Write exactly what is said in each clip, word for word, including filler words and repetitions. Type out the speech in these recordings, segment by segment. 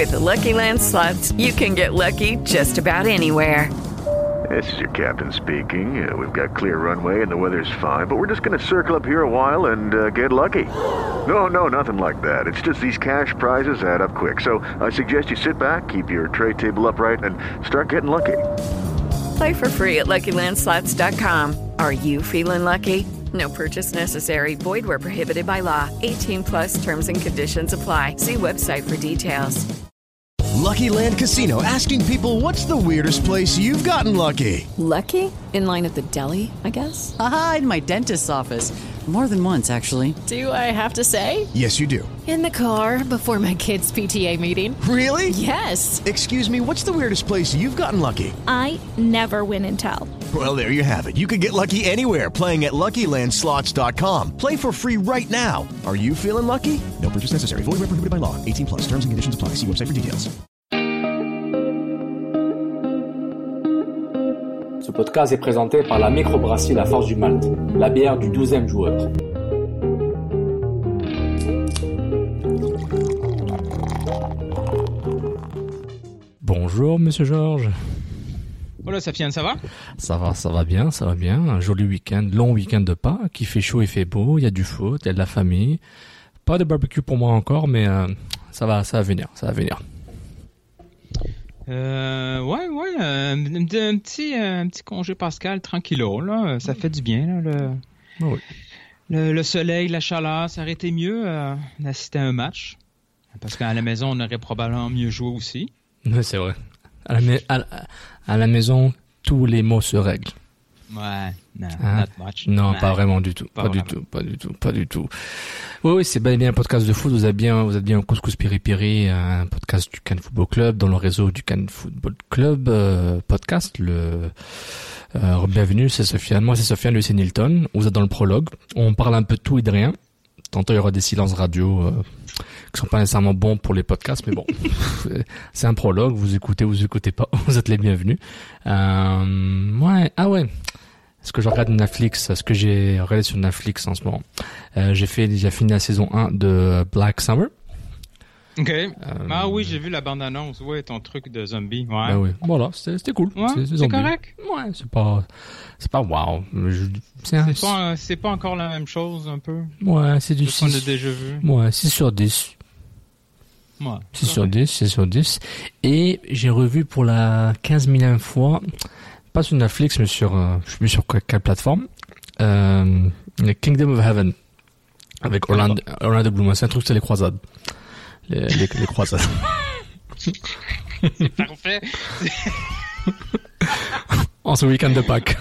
With the Lucky Land Slots, you can get lucky just about anywhere. This is your captain speaking. Uh, we've got clear runway and the weather's fine, but we're just going to circle up here a while and uh, get lucky. No, no, nothing like that. It's just these cash prizes add up quick. So I suggest you sit back, keep your tray table upright, and start getting lucky. Play for free at Lucky Land Slots dot com. Are you feeling lucky? No purchase necessary. Void where prohibited by law. eighteen plus terms and conditions apply. See website for details. Lucky Land Casino, asking people, what's the weirdest place you've gotten lucky? Lucky? In line at the deli, I guess? Aha, in my dentist's office. More than once, actually. Do I have to say? Yes, you do. In the car before my kids' P T A meeting. Really? Yes. Excuse me, what's the weirdest place you've gotten lucky? I never win and tell. Well, there you have it. You can get lucky anywhere, playing at Lucky Land Slots dot com. Play for free right now. Are you feeling lucky? No purchase necessary. Void where prohibited by law. eighteen plus. Terms and conditions apply. See website for details. Ce podcast est présenté par la microbrasserie La Force du Malte, la bière du douzième joueur. Bonjour Monsieur Georges. Voilà, Safiane, ça va? Ça va, ça va bien, ça va bien. Un joli week-end, long week-end de Pâques, il fait chaud, il fait beau, il y a du foot, il y a de la famille. Pas de barbecue pour moi encore, mais euh, ça va, ça va venir, ça va venir. Euh, ouais, ouais, euh, un, un petit, un petit congé pascal tranquillo, là, ça fait du bien, là, le, oui. le, le soleil, la chaleur, ça aurait été mieux euh, d'assister à un match, parce qu'à la maison, on aurait probablement mieux joué aussi. Oui, c'est vrai. À la, à, à la maison, tous les mots se règlent. Ouais, non, hein? not much. Non, ouais. pas vraiment du tout, pas, pas du tout, pas du tout, pas du tout. Oui, oui, c'est bel et bien un podcast de foot. Vous êtes bien, vous êtes bien au Couscous Piri Piri, un podcast du Cannes Football Club dans le réseau du Cannes Football Club euh, podcast. Le euh, bienvenue, c'est Sofiane. Moi, c'est Sofiane, lui c'est Nilton. Vous êtes dans le prologue. On parle un peu de tout et de rien. Tantôt, il y aura des silences radio euh, qui sont pas nécessairement bons pour les podcasts, mais bon, c'est un prologue. Vous écoutez, vous écoutez pas, vous êtes les bienvenus. Euh, ouais, ah ouais. Ce que je regarde Netflix, ce que j'ai regardé sur Netflix en ce moment. Euh, j'ai fait, j'ai fini la saison un de Black Summer. Ok. Euh, ah oui, j'ai vu la bande-annonce. Ouais, ton truc de zombie. Ouais. Ben oui. Voilà, c'était, c'était cool. Ouais, c'est, c'est, c'est correct. Ouais, c'est pas, c'est pas wow. Je, c'est, un, c'est pas, c'est pas encore la même chose, un peu. Ouais, c'est du six. On a déjà vu. Ouais, six sur dix. Ouais. six sur dix, six sur dix. Et j'ai revu pour la quinze millième fois, pas sur Netflix, mais sur, euh, je sais plus sur quelle, quelle plateforme, euh, Kingdom of Heaven. Avec Orlando, Orlando Bloom. C'est un truc, c'est les croisades. Les, les, les croisades. C'est parfait. En ce week-end de Pâques.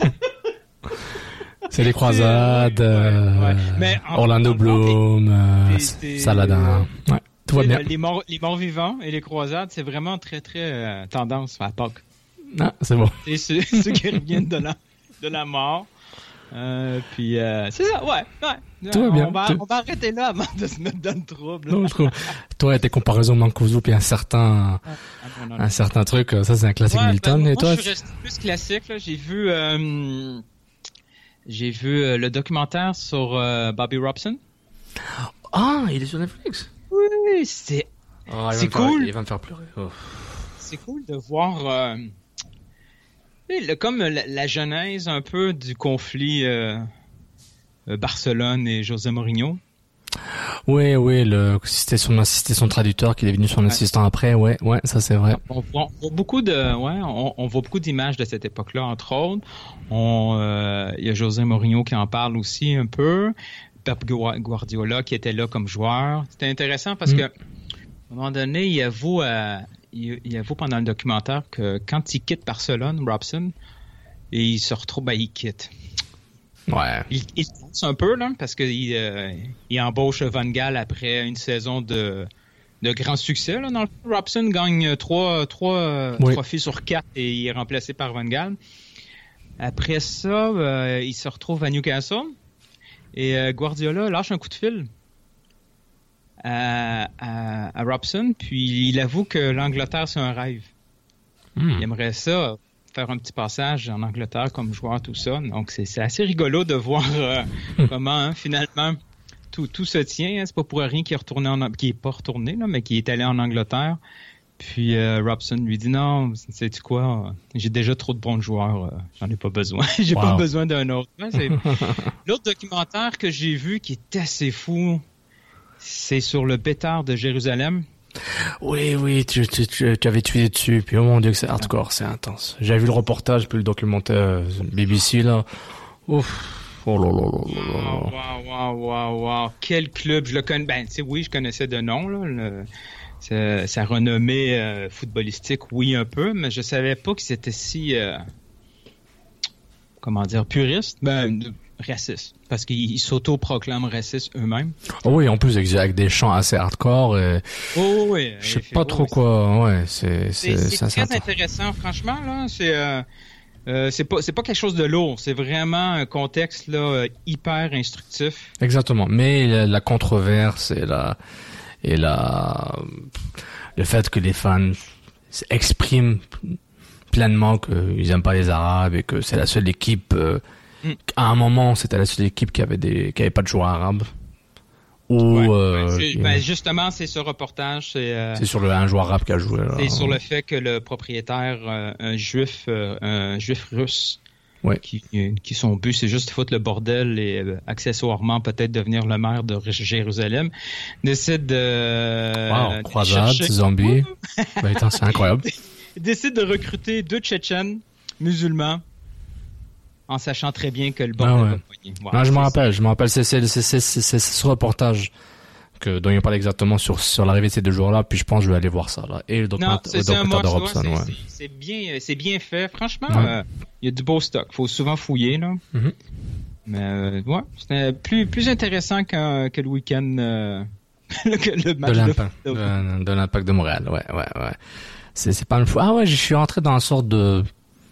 C'est les croisades, c'est, euh, ouais, ouais. Mais en, Orlando en, Bloom, euh, des, Saladin. Ouais, tout va bien. Les morts, les morts vivants et les croisades, c'est vraiment très, très euh, tendance à Pâques. Ah, c'est bon. C'est ceux, ceux qui reviennent de la, de la mort. Euh, puis euh, c'est ça, ouais, ouais. Tout va bien. On va, tout... on va arrêter là avant de se mettre dans le trouble. Non, je trouve. Toi, tes comparaisons Mancuso puis un certain, ah, non, non, non. un certain truc, ça c'est un classique ouais, Milton. Ben, et moi, toi, je suis resté plus classique. Là. J'ai vu, euh, j'ai vu euh, le documentaire sur euh, Bobby Robson. Ah, il est sur Netflix. Oui, c'est, oh, c'est cool. Faire, il va me faire pleurer. Oh. C'est cool de voir. Euh, Le, comme la, la genèse un peu du conflit euh, Barcelone et José Mourinho. Oui, oui, le, c'était son c'était son traducteur qui est devenu son ouais. assistant après, ouais, ouais, ça c'est vrai. On voit, on voit beaucoup de, ouais, on, on voit beaucoup d'images de cette époque-là, entre autres. On, euh, il y a José Mourinho qui en parle aussi un peu. Pep Guardiola qui était là comme joueur. C'était intéressant parce mm. que, à un moment donné, il avoue à Il, il avoue pendant le documentaire que quand il quitte Barcelone, Robson, et il se retrouve, ben, il quitte. Ouais. Il, il pense un peu, là, parce qu'il euh, il embauche Van Gaal après une saison de, de grand succès, là. Dans le Robson gagne trois, trois oui. trophées sur quatre et il est remplacé par Van Gaal. Après ça, euh, il se retrouve à Newcastle et euh, Guardiola lâche un coup de fil. À, à, à Robson, puis il avoue que l'Angleterre, c'est un rêve. Mm. Il aimerait ça, faire un petit passage en Angleterre comme joueur, tout ça. Donc, c'est, c'est assez rigolo de voir euh, comment, hein, finalement, tout, tout se tient. Hein. C'est pas pour rien qu'il est retourné en, qu'il est pas retourné, là, mais qu'il est allé en Angleterre. Puis euh, Robson lui dit non, sais-tu quoi, j'ai déjà trop de bons joueurs, euh, j'en ai pas besoin, j'ai wow. pas besoin d'un autre. Ouais, c'est... L'autre documentaire que j'ai vu qui est assez fou, c'est sur le pétard de Jérusalem. Oui, oui, tu, tu, tu, tu avais tweeté dessus, puis oh mon Dieu que c'est hardcore, c'est intense. J'avais vu le reportage, puis le documentaire B B C là, ouf, oh là là là là. Wow, wow, wow, wow, quel club, je le connais, ben tu sais, oui, je connaissais de nom là. Le... Sa, sa renommée euh, footballistique, oui, un peu, mais je savais pas que c'était si, euh, comment dire, puriste, ben, raciste, parce qu'ils s'auto-proclament racistes eux-mêmes. Oh oui, en plus, avec des chants assez hardcore, et oh oui. Je sais pas oh, trop quoi, ouais, c'est, c'est, c'est, c'est très ça, intéressant, franchement, là, c'est, euh, euh, c'est pas, c'est pas quelque chose de lourd, c'est vraiment un contexte, là, hyper instructif. Exactement, mais la, la controverse et la, Et là, le fait que les fans expriment pleinement qu'ils n'aiment pas les Arabes et que c'est la seule équipe, euh, mm. à un moment, c'était la seule équipe qui avait des, qui avait pas de joueurs arabes. Ou, ouais, euh, ouais, ben justement, c'est ce reportage. C'est, euh, c'est sur le, un joueur arabe qui a joué. Là. C'est sur le fait que le propriétaire, euh, un juif, euh, un juif russe, ouais. qui, qui son but, c'est juste foutre le bordel et euh, accessoirement peut-être devenir le maire de Jérusalem, décide de... Wow, croisade, zombie. Ben, attends, c'est incroyable. Décide de recruter deux Tchétchènes musulmans en sachant très bien que le bordel ah ouais. va poigner. Wow, non, je me rappelle, je me rappelle, c'est, c'est, c'est, c'est, c'est, c'est ce reportage que, dont il parle exactement sur, sur l'arrivée de ces deux joueurs-là, puis je pense que je vais aller voir ça, là. Et le documentaire de Robson, ouais. C'est, c'est bien, c'est bien fait. Franchement, il ouais. euh, y a du beau stock. Faut souvent fouiller, là. Mm-hmm. Mais, euh, ouais, c'était plus, plus intéressant que, que le week-end, euh, que le match de l'impact de, de, de l'impact de Montréal, ouais, ouais, ouais. C'est, c'est pas une fois. Ah ouais, je suis rentré dans une sorte de,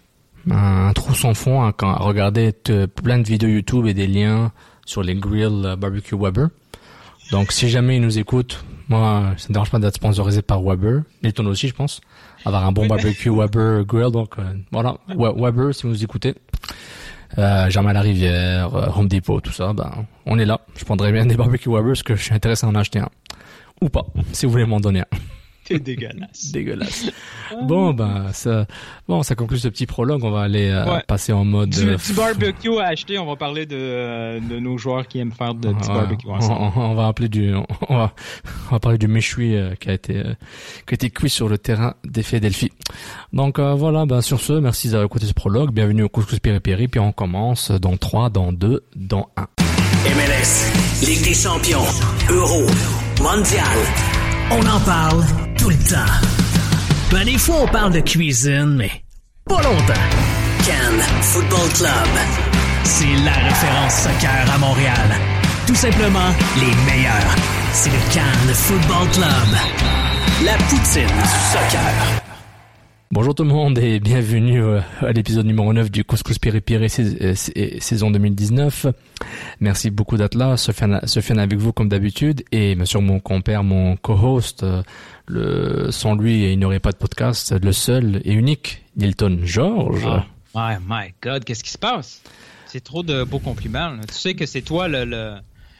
un trou sans fond, hein, quand, à regarder te, plein de vidéos YouTube et des liens sur les grills uh, barbecue Weber. Donc, si jamais ils nous écoutent, moi, ça ne dérange pas d'être sponsorisé par Weber. Nilton aussi, je pense. Avoir un bon barbecue Weber grill. Donc, euh, voilà. Weber, si vous nous écoutez. Euh, Germain Larivière, euh, Home Depot, tout ça, ben, on est là. Je prendrais bien des barbecues Weber parce que je suis intéressé à en acheter un. Ou pas, si vous voulez m'en donner un. T'es dégueulasse. Dégueulasse. Bon, ben, ça, bon, ça conclut ce petit prologue. On va aller euh, ouais. passer en mode... Du, du barbecue à acheter, on va parler de, de nos joueurs qui aiment faire de, du ouais, barbecue ensemble. On, on va appeler du, on va, on va parler du méchoui euh, qui a été, euh, qui a été cuit sur le terrain des Philadelphie. Donc, euh, voilà, ben, sur ce, merci d'avoir écouté ce prologue. Bienvenue au Couscous Piri-Piri, puis on commence dans trois, dans deux, dans un. M L S, Ligue des champions, Euro, Mondial. On en parle tout le temps. Ben, des fois, on parle de cuisine, mais pas longtemps. Cannes Football Club. C'est la référence soccer à Montréal. Tout simplement, les meilleurs. C'est le Cannes Football Club. La poutine du soccer. Bonjour tout le monde et bienvenue à l'épisode numéro neuf du Couscous Piri-Piri saison deux mille dix-neuf. Merci beaucoup d'être là, Sofiane, Sofiane avec vous comme d'habitude et bien sûr mon compère, mon co-host, le, sans lui il n'y aurait pas de podcast, le seul et unique, Nilton Georges. Oh, my, my God, qu'est-ce qui se passe? C'est trop de beaux compliments. Là. Tu sais que c'est toi le... le...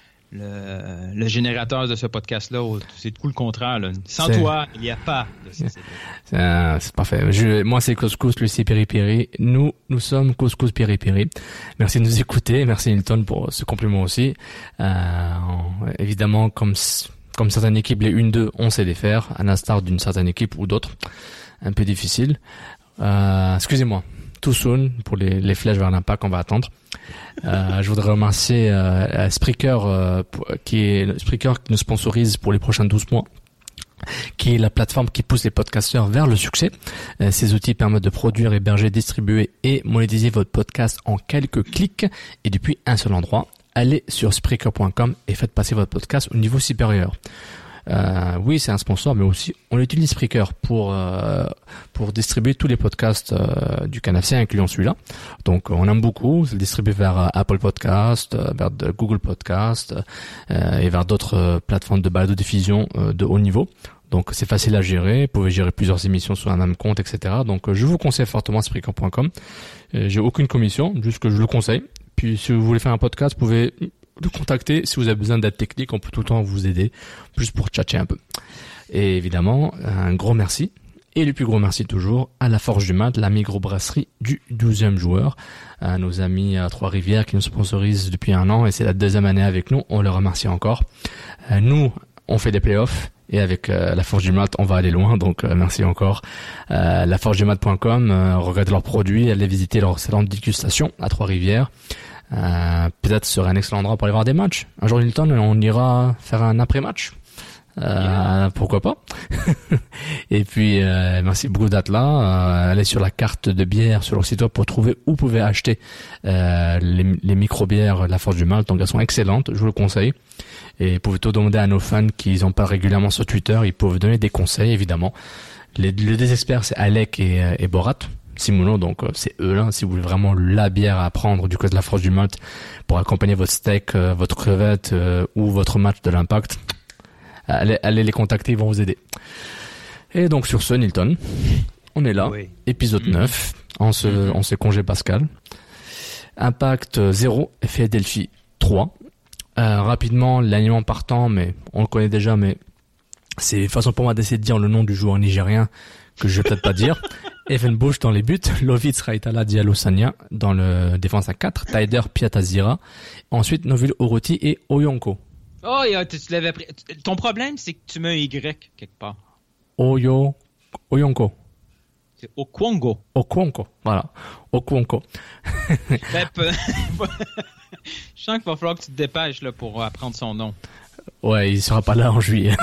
Le, le générateur de ce podcast-là, c'est tout le contraire. Là. Sans c'est... toi, il n'y a pas de C C P. C'est, euh, c'est parfait. Je, moi, c'est Couscous, lui, c'est Piri-Piri. Nous, nous sommes Couscous Piri-Piri. Merci de nous écouter. Merci Nilton pour ce compliment aussi. Euh, évidemment, comme, comme certaines équipes, les une deux, on sait les faire, à l'instar d'une certaine équipe ou d'autres. Un peu difficile. Euh, excusez-moi. Too soon pour les, les flèches vers l'impact, on va attendre. Euh, je voudrais remercier euh, Spreaker, euh, qui est Spreaker qui nous sponsorise pour les prochains douze mois, qui est la plateforme qui pousse les podcasteurs vers le succès. Euh, ces outils permettent de produire, héberger, distribuer et monétiser votre podcast en quelques clics et depuis un seul endroit. Allez sur Spreaker point com et faites passer votre podcast au niveau supérieur. Euh, oui, c'est un sponsor, mais aussi on utilise Spreaker pour euh, pour distribuer tous les podcasts euh, du Canal F C, incluant celui-là. Donc, on aime beaucoup. C'est distribué vers euh, Apple Podcast, euh, vers de Google Podcast euh, et vers d'autres euh, plateformes de balado-diffusion euh, de haut niveau. Donc, c'est facile à gérer. Vous pouvez gérer plusieurs émissions sur un même compte, et cetera. Donc, euh, je vous conseille fortement Spreaker point com. Euh, j'ai aucune commission, juste que je le conseille. Puis, si vous voulez faire un podcast, vous pouvez nous contacter si vous avez besoin d'aide technique. On peut tout le temps vous aider, juste pour tchatcher un peu. Et évidemment, un gros merci. Et le plus gros merci toujours à la Forge du Malt, la microbrasserie du douzième joueur, à nos amis à Trois-Rivières qui nous sponsorisent depuis un an et c'est la deuxième année avec nous. On les remercie encore. Euh, nous, on fait des playoffs et avec euh, la Forge du Malt, on va aller loin. Donc euh, merci encore. Euh, la forge du malt point com, euh, regardez leurs produits, allez visiter leur salon de dégustation à Trois-Rivières. Euh, peut-être ce serait un excellent endroit pour aller voir des matchs. Un jour, Nilton, on ira faire un après-match. Euh, yeah. Pourquoi pas. Et puis euh, merci beaucoup d'être là. Euh, allez sur la carte de bière sur leur site web pour trouver où vous pouvez acheter euh, les, les micro-bières La Forge du Malt. Donc elles sont excellentes, je vous le conseille. Et vous pouvez tout demander à nos fans qui en parlent régulièrement sur Twitter. Ils peuvent donner des conseils évidemment. Les, les deux experts c'est Alec et, et Borat Simono, donc euh, c'est eux là. Si vous voulez vraiment la bière à prendre du côté de La Forge du Malt pour accompagner votre steak, euh, votre crevette euh, ou votre match de l'Impact, Allez, allez les contacter, ils vont vous aider. Et donc sur ce, Nilton, on est là, oui. Épisode mmh. neuf, en ce, mmh. en ce congé pascal. Impact zéro, Philadelphie trois. Euh, rapidement, l'alignement partant, mais on le connaît déjà, mais c'est une façon pour moi d'essayer de dire le nom du joueur nigérien que je vais peut-être pas dire. Evan Bush dans les buts, Lovitz Raitala Diallo Sanya dans le défense à quatre, Taider Piatazira, ensuite Novil Oroti et Oyonko. Oh, tu, tu l'avais pris. Ton problème, c'est que tu mets un Y quelque part. Oyo, Oyonko. C'est Okwongo. Okwongo, voilà. Okwongo. Ben, peu... Je sens qu'il va falloir que tu te dépêches là, pour apprendre son nom. Ouais, il sera pas là en juillet.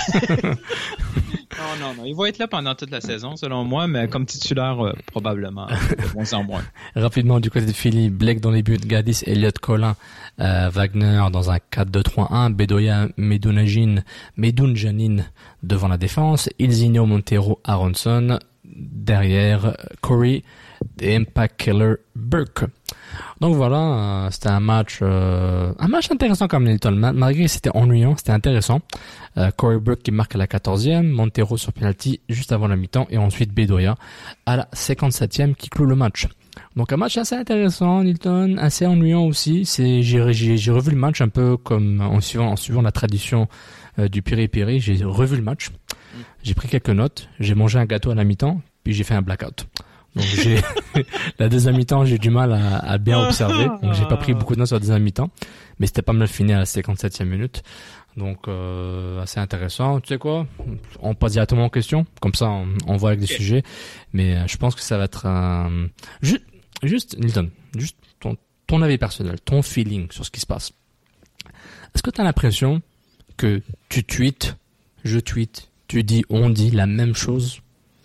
Non, non, non. Il va être là pendant toute la saison, selon moi, mais comme titulaire, euh, probablement, de moins en moins. Rapidement, du côté de Philly, Blake dans les buts, Gaddis, Elliott, Collin, euh, Wagner dans un quatre deux trois un, Bedoya, Medunajin, Medunjanin devant la défense, Ilzinho, Montero, Aronson, derrière Corey, et Impact Killer, Burke. Donc voilà, euh, c'était un match euh, un match intéressant comme Nilton, malgré que c'était ennuyant, c'était intéressant. Euh, Corey Burke qui marque à la quatorzième, Montero sur penalty juste avant la mi-temps et ensuite Bedoya à la cinquante-septième qui clôt le match. Donc un match assez intéressant, Nilton, assez ennuyant aussi. C'est j'ai j'ai, j'ai revu le match un peu comme en suivant en suivant la tradition euh, du piri-piri, j'ai revu le match. J'ai pris quelques notes, j'ai mangé un gâteau à la mi-temps, puis j'ai fait un blackout. Donc j'ai la deuxième mi-temps, j'ai du mal à, à bien observer. Donc j'ai pas pris beaucoup de notes sur la deuxième mi-temps, mais c'était pas mal fini à la cinquante-septième minute. Donc euh, assez intéressant. Tu sais quoi, on passe directement aux questions, comme ça on, on voit avec des okay. sujets. Mais euh, je pense que ça va être un... juste, juste Nilton, juste ton, ton avis personnel, ton feeling sur ce qui se passe. Est-ce que tu as l'impression que tu tweets, je tweete, tu dis, on dit la même chose?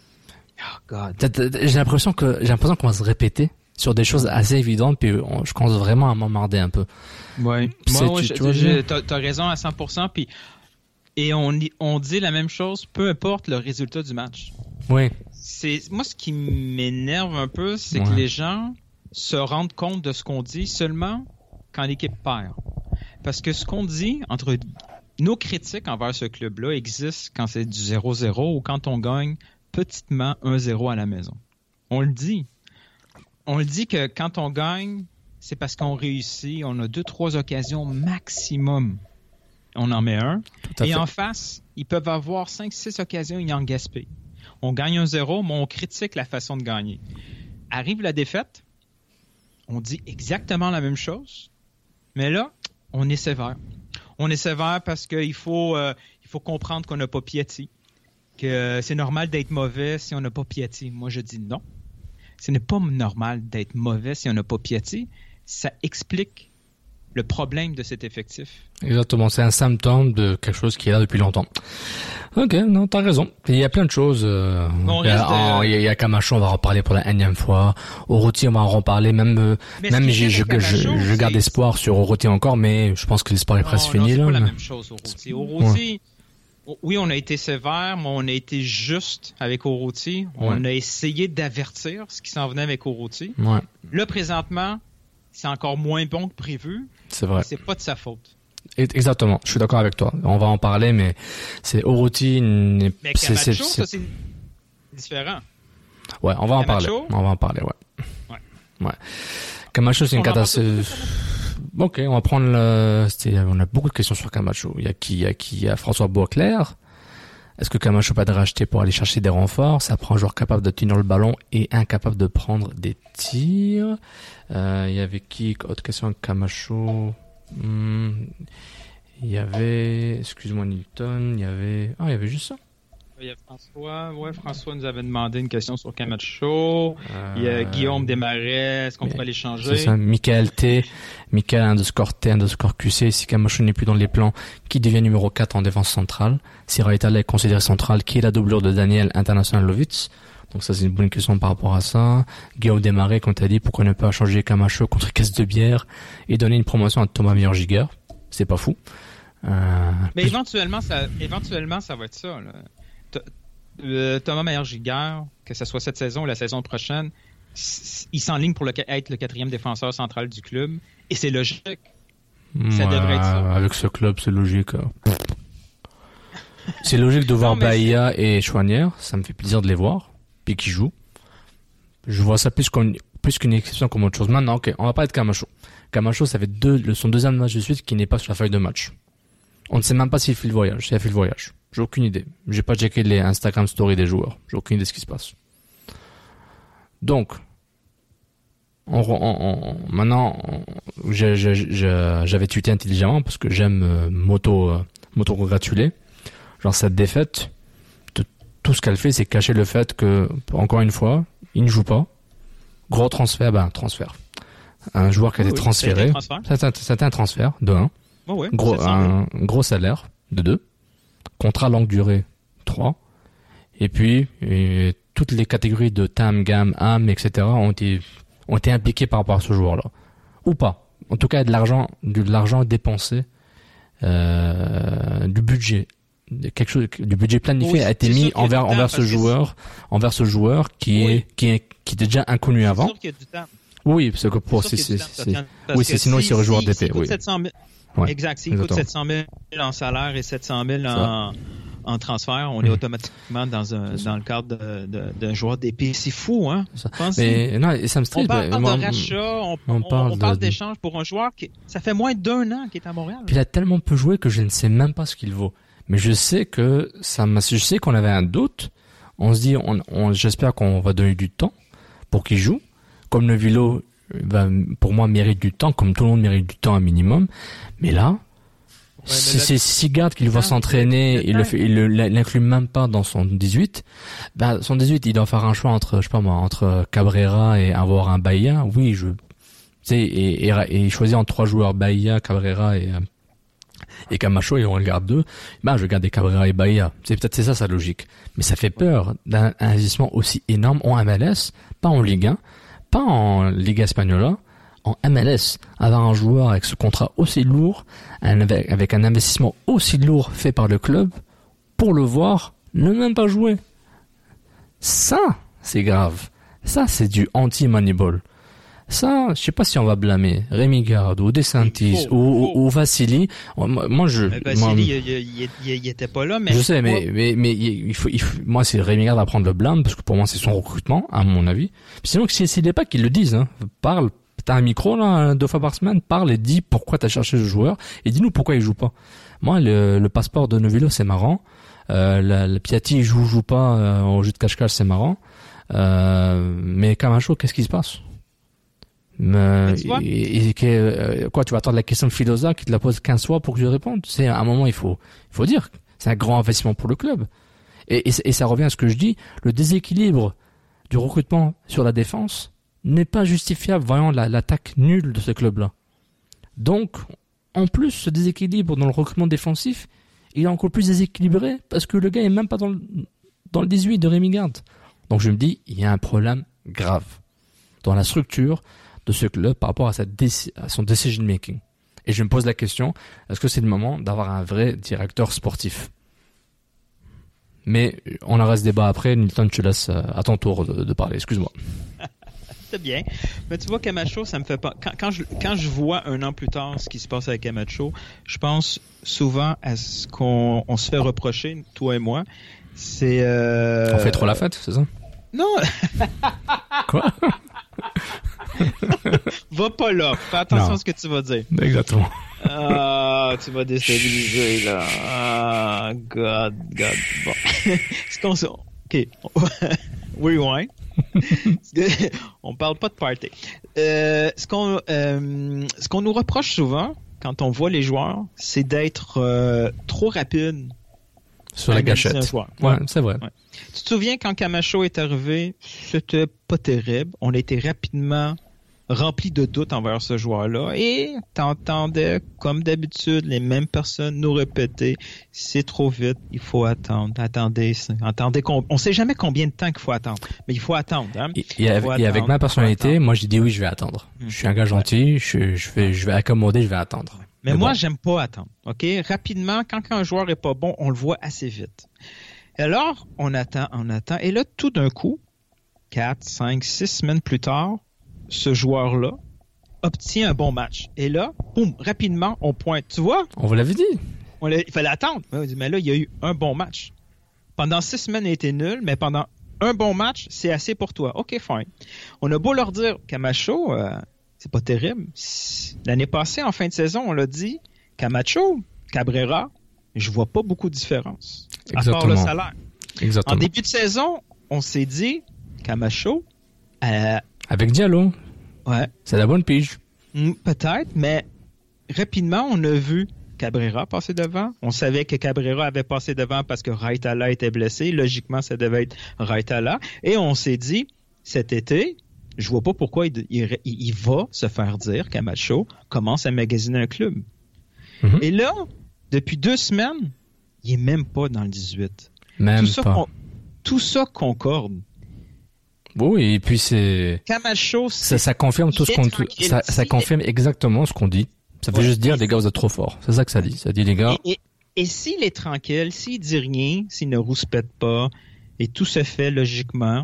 Oh God. J'ai l'impression que j'ai l'impression qu'on va se répéter sur des choses assez évidentes, puis on, je commence vraiment à m'emmerder un peu. Ouais. Moi, ouais, tu, tu je, t'as, t'as raison à cent pour cent. Puis et on on dit la même chose, peu importe le résultat du match. Oui. C'est moi ce qui m'énerve un peu, c'est ouais. que les gens se rendent compte de ce qu'on dit seulement quand l'équipe perd. Parce que ce qu'on dit entre nos critiques envers ce club-là existent quand c'est du zéro zéro ou quand on gagne petitement un zéro à la maison. On le dit. On le dit que quand on gagne, c'est parce qu'on réussit. On a deux, trois occasions maximum. On en met un. Et fait. En face, ils peuvent avoir cinq, six occasions, ils en gaspillent. On gagne un zéro, mais on critique la façon de gagner. Arrive la défaite, on dit exactement la même chose, mais là, on est sévère. On est sévère parce qu'il faut, euh, il faut comprendre qu'on n'a pas piéti. Que c'est normal d'être mauvais si on n'a pas piéti. Moi, je dis non. Ce n'est pas normal d'être mauvais si on n'a pas piéti. Ça explique le problème de cet effectif. Exactement, c'est un symptôme de quelque chose qui est là depuis longtemps. Ok, non, t'as raison. Il y a plein de choses. Euh, bon, il, y a, oh, de... il y a Camacho, on va en reparler pour la énième fois. Oroti, on va en reparler. Même, euh, même j'ai, je, Camacho, je, je garde espoir sur Oroti encore, mais je pense que l'espoir est presque non, fini. Non, c'est là, pas mais... la même chose, Oroti. Oroti... Ouais. Oui, on a été sévère, mais on a été juste avec Oroti. On ouais. a essayé d'avertir ce qui s'en venait avec Oroti. Ouais. Là, présentement, c'est encore moins bon que prévu. C'est vrai. C'est pas de sa faute. Exactement. Je suis d'accord avec toi. On va en parler, mais c'est Oroti. Mais Camacho, c'est, c'est... ça, c'est différent. Ouais, on va en Camacho? parler. On va en parler, ouais. Ouais. Ouais. Camacho, c'est une catastrophe. ok, on va prendre le, c'était, on a beaucoup de questions sur Camacho. Il y a qui, il y a qui, il y a François Boisclair. Est-ce que Camacho peut être racheté pour aller chercher des renforts? Ça prend un joueur capable de tenir le ballon et incapable de prendre des tirs. Euh, il y avait qui? Autre question, Camacho. Hmm. Il y avait, excuse-moi Newton, il y avait, ah, il y avait juste ça. Il y a François, ouais, François nous avait demandé une question sur Camacho. Euh... Il y a Guillaume Desmarais, est-ce qu'on pourrait les changer? C'est ça, Michael T, Michael underscore T underscore Q C, si Camacho n'est plus dans les plans, qui devient numéro quatre en défense centrale? Si Raitala est considéré central, qui est la doublure de Daniel International Lovitz? Donc ça, c'est une bonne question par rapport à ça. Guillaume Desmarais, comme t'as dit, pourquoi ne pas changer Camacho contre caisse de bière et donner une promotion à Thomas Meyer-Giger? C'est pas fou. Euh... Mais éventuellement, ça, éventuellement, ça va être ça, là. Euh, Thomas Meyer-Giger, que ce soit cette saison ou la saison prochaine, il s'enligne pour le, être le quatrième défenseur central du club, et c'est logique. Ouais, ça devrait être ça. Avec ce club, c'est logique. C'est logique de voir Bahia et Chouanière, ça me fait plaisir de les voir, puis qu'ils jouent. Je vois ça plus, qu'une, plus qu'une exception comme autre chose. Maintenant, ok, on va parler de Camacho. Camacho, ça fait deux, son deuxième match de suite qui n'est pas sur la feuille de match. On ne sait même pas s'il fait le voyage, s'il a fait le voyage. J'ai aucune idée. J'ai pas checké les Instagram stories des joueurs. J'ai aucune idée de ce qui se passe. Donc, on, on, on, maintenant, on, je, je, je, j'avais tweeté intelligemment parce que j'aime euh, m'auto, euh, m'auto-congratuler. Genre, cette défaite, de, tout ce qu'elle fait, c'est cacher le fait que, encore une fois, il ne joue pas. Gros transfert, ben, transfert. Un joueur qui a été oui, transféré. C'était, c'était un transfert, de un. Oh ouais, gros, un gros salaire, de deux. Contrat longue durée, trois. Et puis, et, toutes les catégories de Tam, Gam, Am, et cetera ont été, ont été impliquées par rapport à ce joueur-là. Ou pas. En tout cas, de l'argent, de l'argent dépensé, euh, du budget, quelque chose, du budget planifié oui, a été mis envers, envers ce joueur, envers ce joueur qui oui. est, qui est, qui était déjà inconnu avant. C'est sûr qu'il y a du temps. Oui, parce que pour, c'est, c'est, c'est, c'est oui, c'est sinon il serait joueur d'été, si, oui. sept cent mille Ouais, exact. S'il coûte sept cent mille en salaire et sept cent mille en, en transfert, on mmh. est automatiquement dans un dans le cadre de, de, d'un joueur d'épée. C'est fou, hein? Mais non, ça me stresse. On parle ben, de rachat, on, on, on parle, on parle de, d'échange pour un joueur qui, ça fait moins d'un an qu'il est à Montréal. Puis il a tellement peu joué que je ne sais même pas ce qu'il vaut. Mais je sais que ça m'a, je sais qu'on avait un doute. On se dit, on, on, j'espère qu'on va donner du temps pour qu'il joue. Comme le Vilo, va, pour moi, mérite du temps, comme tout le monde mérite du temps un minimum. Mais là, ouais, c'est, c'est s'il garde qu'il va s'entraîner, il le fait, il le, l'inclut même pas dans son dix-huit. Ben, son dix-huit, il doit faire un choix entre, je sais pas moi, entre Cabrera et avoir un Bahia. Oui, je, tu sais, et, et, et choisir entre trois joueurs, Bahia, Cabrera et, et Camacho, et on le garde deux. Ben, je garde des Cabrera et Bahia. C'est peut-être c'est ça sa logique. Mais ça fait peur d'un investissement aussi énorme en M L S, pas en Ligue un, pas en Liga Española, en M L S, avoir un joueur avec ce contrat aussi lourd, avec un investissement aussi lourd fait par le club, pour le voir ne même pas jouer. Ça, c'est grave. Ça, c'est du anti-Moneyball. Ça, je sais pas si on va blâmer Rémi Garde ou DeSantis ou, ou, ou Vassili. Moi, moi je. Vassili, il, il, il, il était pas là, mais. Je sais, mais, moi, mais, mais il faut, il faut, moi, c'est Rémi Garde à prendre le blâme parce que pour moi, c'est son recrutement, à mon avis. Puis sinon, si s'il n'est pas qu'ils le disent, hein, parle. T'as un micro là, deux fois par semaine, parle et dis pourquoi t'as cherché ce joueur et dis-nous pourquoi il joue pas. Moi, le, le passeport de Novillo, c'est marrant. Euh, la, le Piatti joue joue pas euh, au jeu de cache-cache, c'est marrant. Euh, mais Camacho, qu'est-ce qui se passe? Mais, et, et, et, quoi, tu vas attendre la question de Filosa qui te la pose quinze fois pour que je réponde? C'est à un moment, il faut, il faut dire, c'est un grand investissement pour le club. Et, et, et ça revient à ce que je dis, le déséquilibre du recrutement sur la défense n'est pas justifiable voyant la, l'attaque nulle de ce club-là. Donc, en plus, ce déséquilibre dans le recrutement défensif, il est encore plus déséquilibré parce que le gars est même pas dans le, dans le dix-huit de Rémi Garde. Donc je me dis, il y a un problème grave dans la structure de ce club par rapport à, sa déci- à son decision making. Et je me pose la question, est-ce que c'est le moment d'avoir un vrai directeur sportif? Mais on aura ce débat après. Nilton, je te laisse à ton tour de, de parler. Excuse-moi. C'est bien. Mais tu vois, Camacho, ça me fait pas... Quand, quand, je, quand je vois un an plus tard ce qui se passe avec Camacho, je pense souvent à ce qu'on on se fait reprocher, toi et moi. C'est... Euh... On fait trop la fête, c'est ça? Non! Quoi? Va pas là. Fais attention Non. à ce que tu vas dire. Exactement. Ah, tu vas déstabiliser, là. Ah, God, God. Bon. Ce qu'on... OK. Rewind. On parle pas de party. Euh, ce qu'on, euh, ce qu'on nous reproche souvent quand on voit les joueurs, c'est d'être euh, trop rapide sur la gâchette. Ouais, ouais, c'est vrai. Ouais. Tu te souviens quand Camacho est arrivé, c'était pas terrible. On a été rapidement rempli de doutes envers ce joueur-là et t'entendais, comme d'habitude, les mêmes personnes nous répéter « C'est trop vite, il faut attendre, attendez, attendez, on, on sait jamais combien de temps qu'il faut attendre, mais il faut attendre. Hein? » Et, et, avec, attendre, et avec ma personnalité, moi j'ai dit oui, je vais attendre. Mmh. Je suis un gars gentil, ouais. je, je, vais, je vais accommoder, je vais attendre. Mais, mais moi, bon. j'aime pas attendre. Ok, rapidement, quand un joueur est pas bon, on le voit assez vite. Et alors, on attend, on attend, et là, tout d'un coup, quatre, cinq, six semaines plus tard, ce joueur-là obtient un bon match. Et là, boum, rapidement, on pointe. Tu vois? On vous l'avait dit. On l'a, il fallait attendre. Mais là, il y a eu un bon match. Pendant six semaines, il a été nul, mais pendant un bon match, c'est assez pour toi. OK, fine. On a beau leur dire, Camacho, euh, c'est pas terrible. L'année passée, en fin de saison, on l'a dit, Camacho, Cabrera, je vois pas beaucoup de différence. Exactement. À part le salaire. Exactement. En début de saison, on s'est dit, Camacho, euh, avec Diallo. Ouais. C'est la bonne pige. Mmh, peut-être, mais rapidement, on a vu Cabrera passer devant. On savait que Cabrera avait passé devant parce que Raitala était blessé. Logiquement, ça devait être Raitala. Et on s'est dit, cet été, je vois pas pourquoi il, il, il va se faire dire, Camacho commence à magasiner un club. Mm-hmm. Et là, depuis deux semaines, il est même pas dans le dix-huit. Même tout ça, pas. Con, tout ça concorde. Oui, et puis c'est... Camacho, ça, ça confirme tout ce qu'on... Ça, ça confirme exactement ce qu'on dit. Ça veut ouais, juste dire, les gars, vous êtes trop forts. C'est ça que ça dit. Ça dit, les gars... Et, et, et s'il est tranquille, s'il dit rien, s'il ne rouspète pas, et tout se fait logiquement,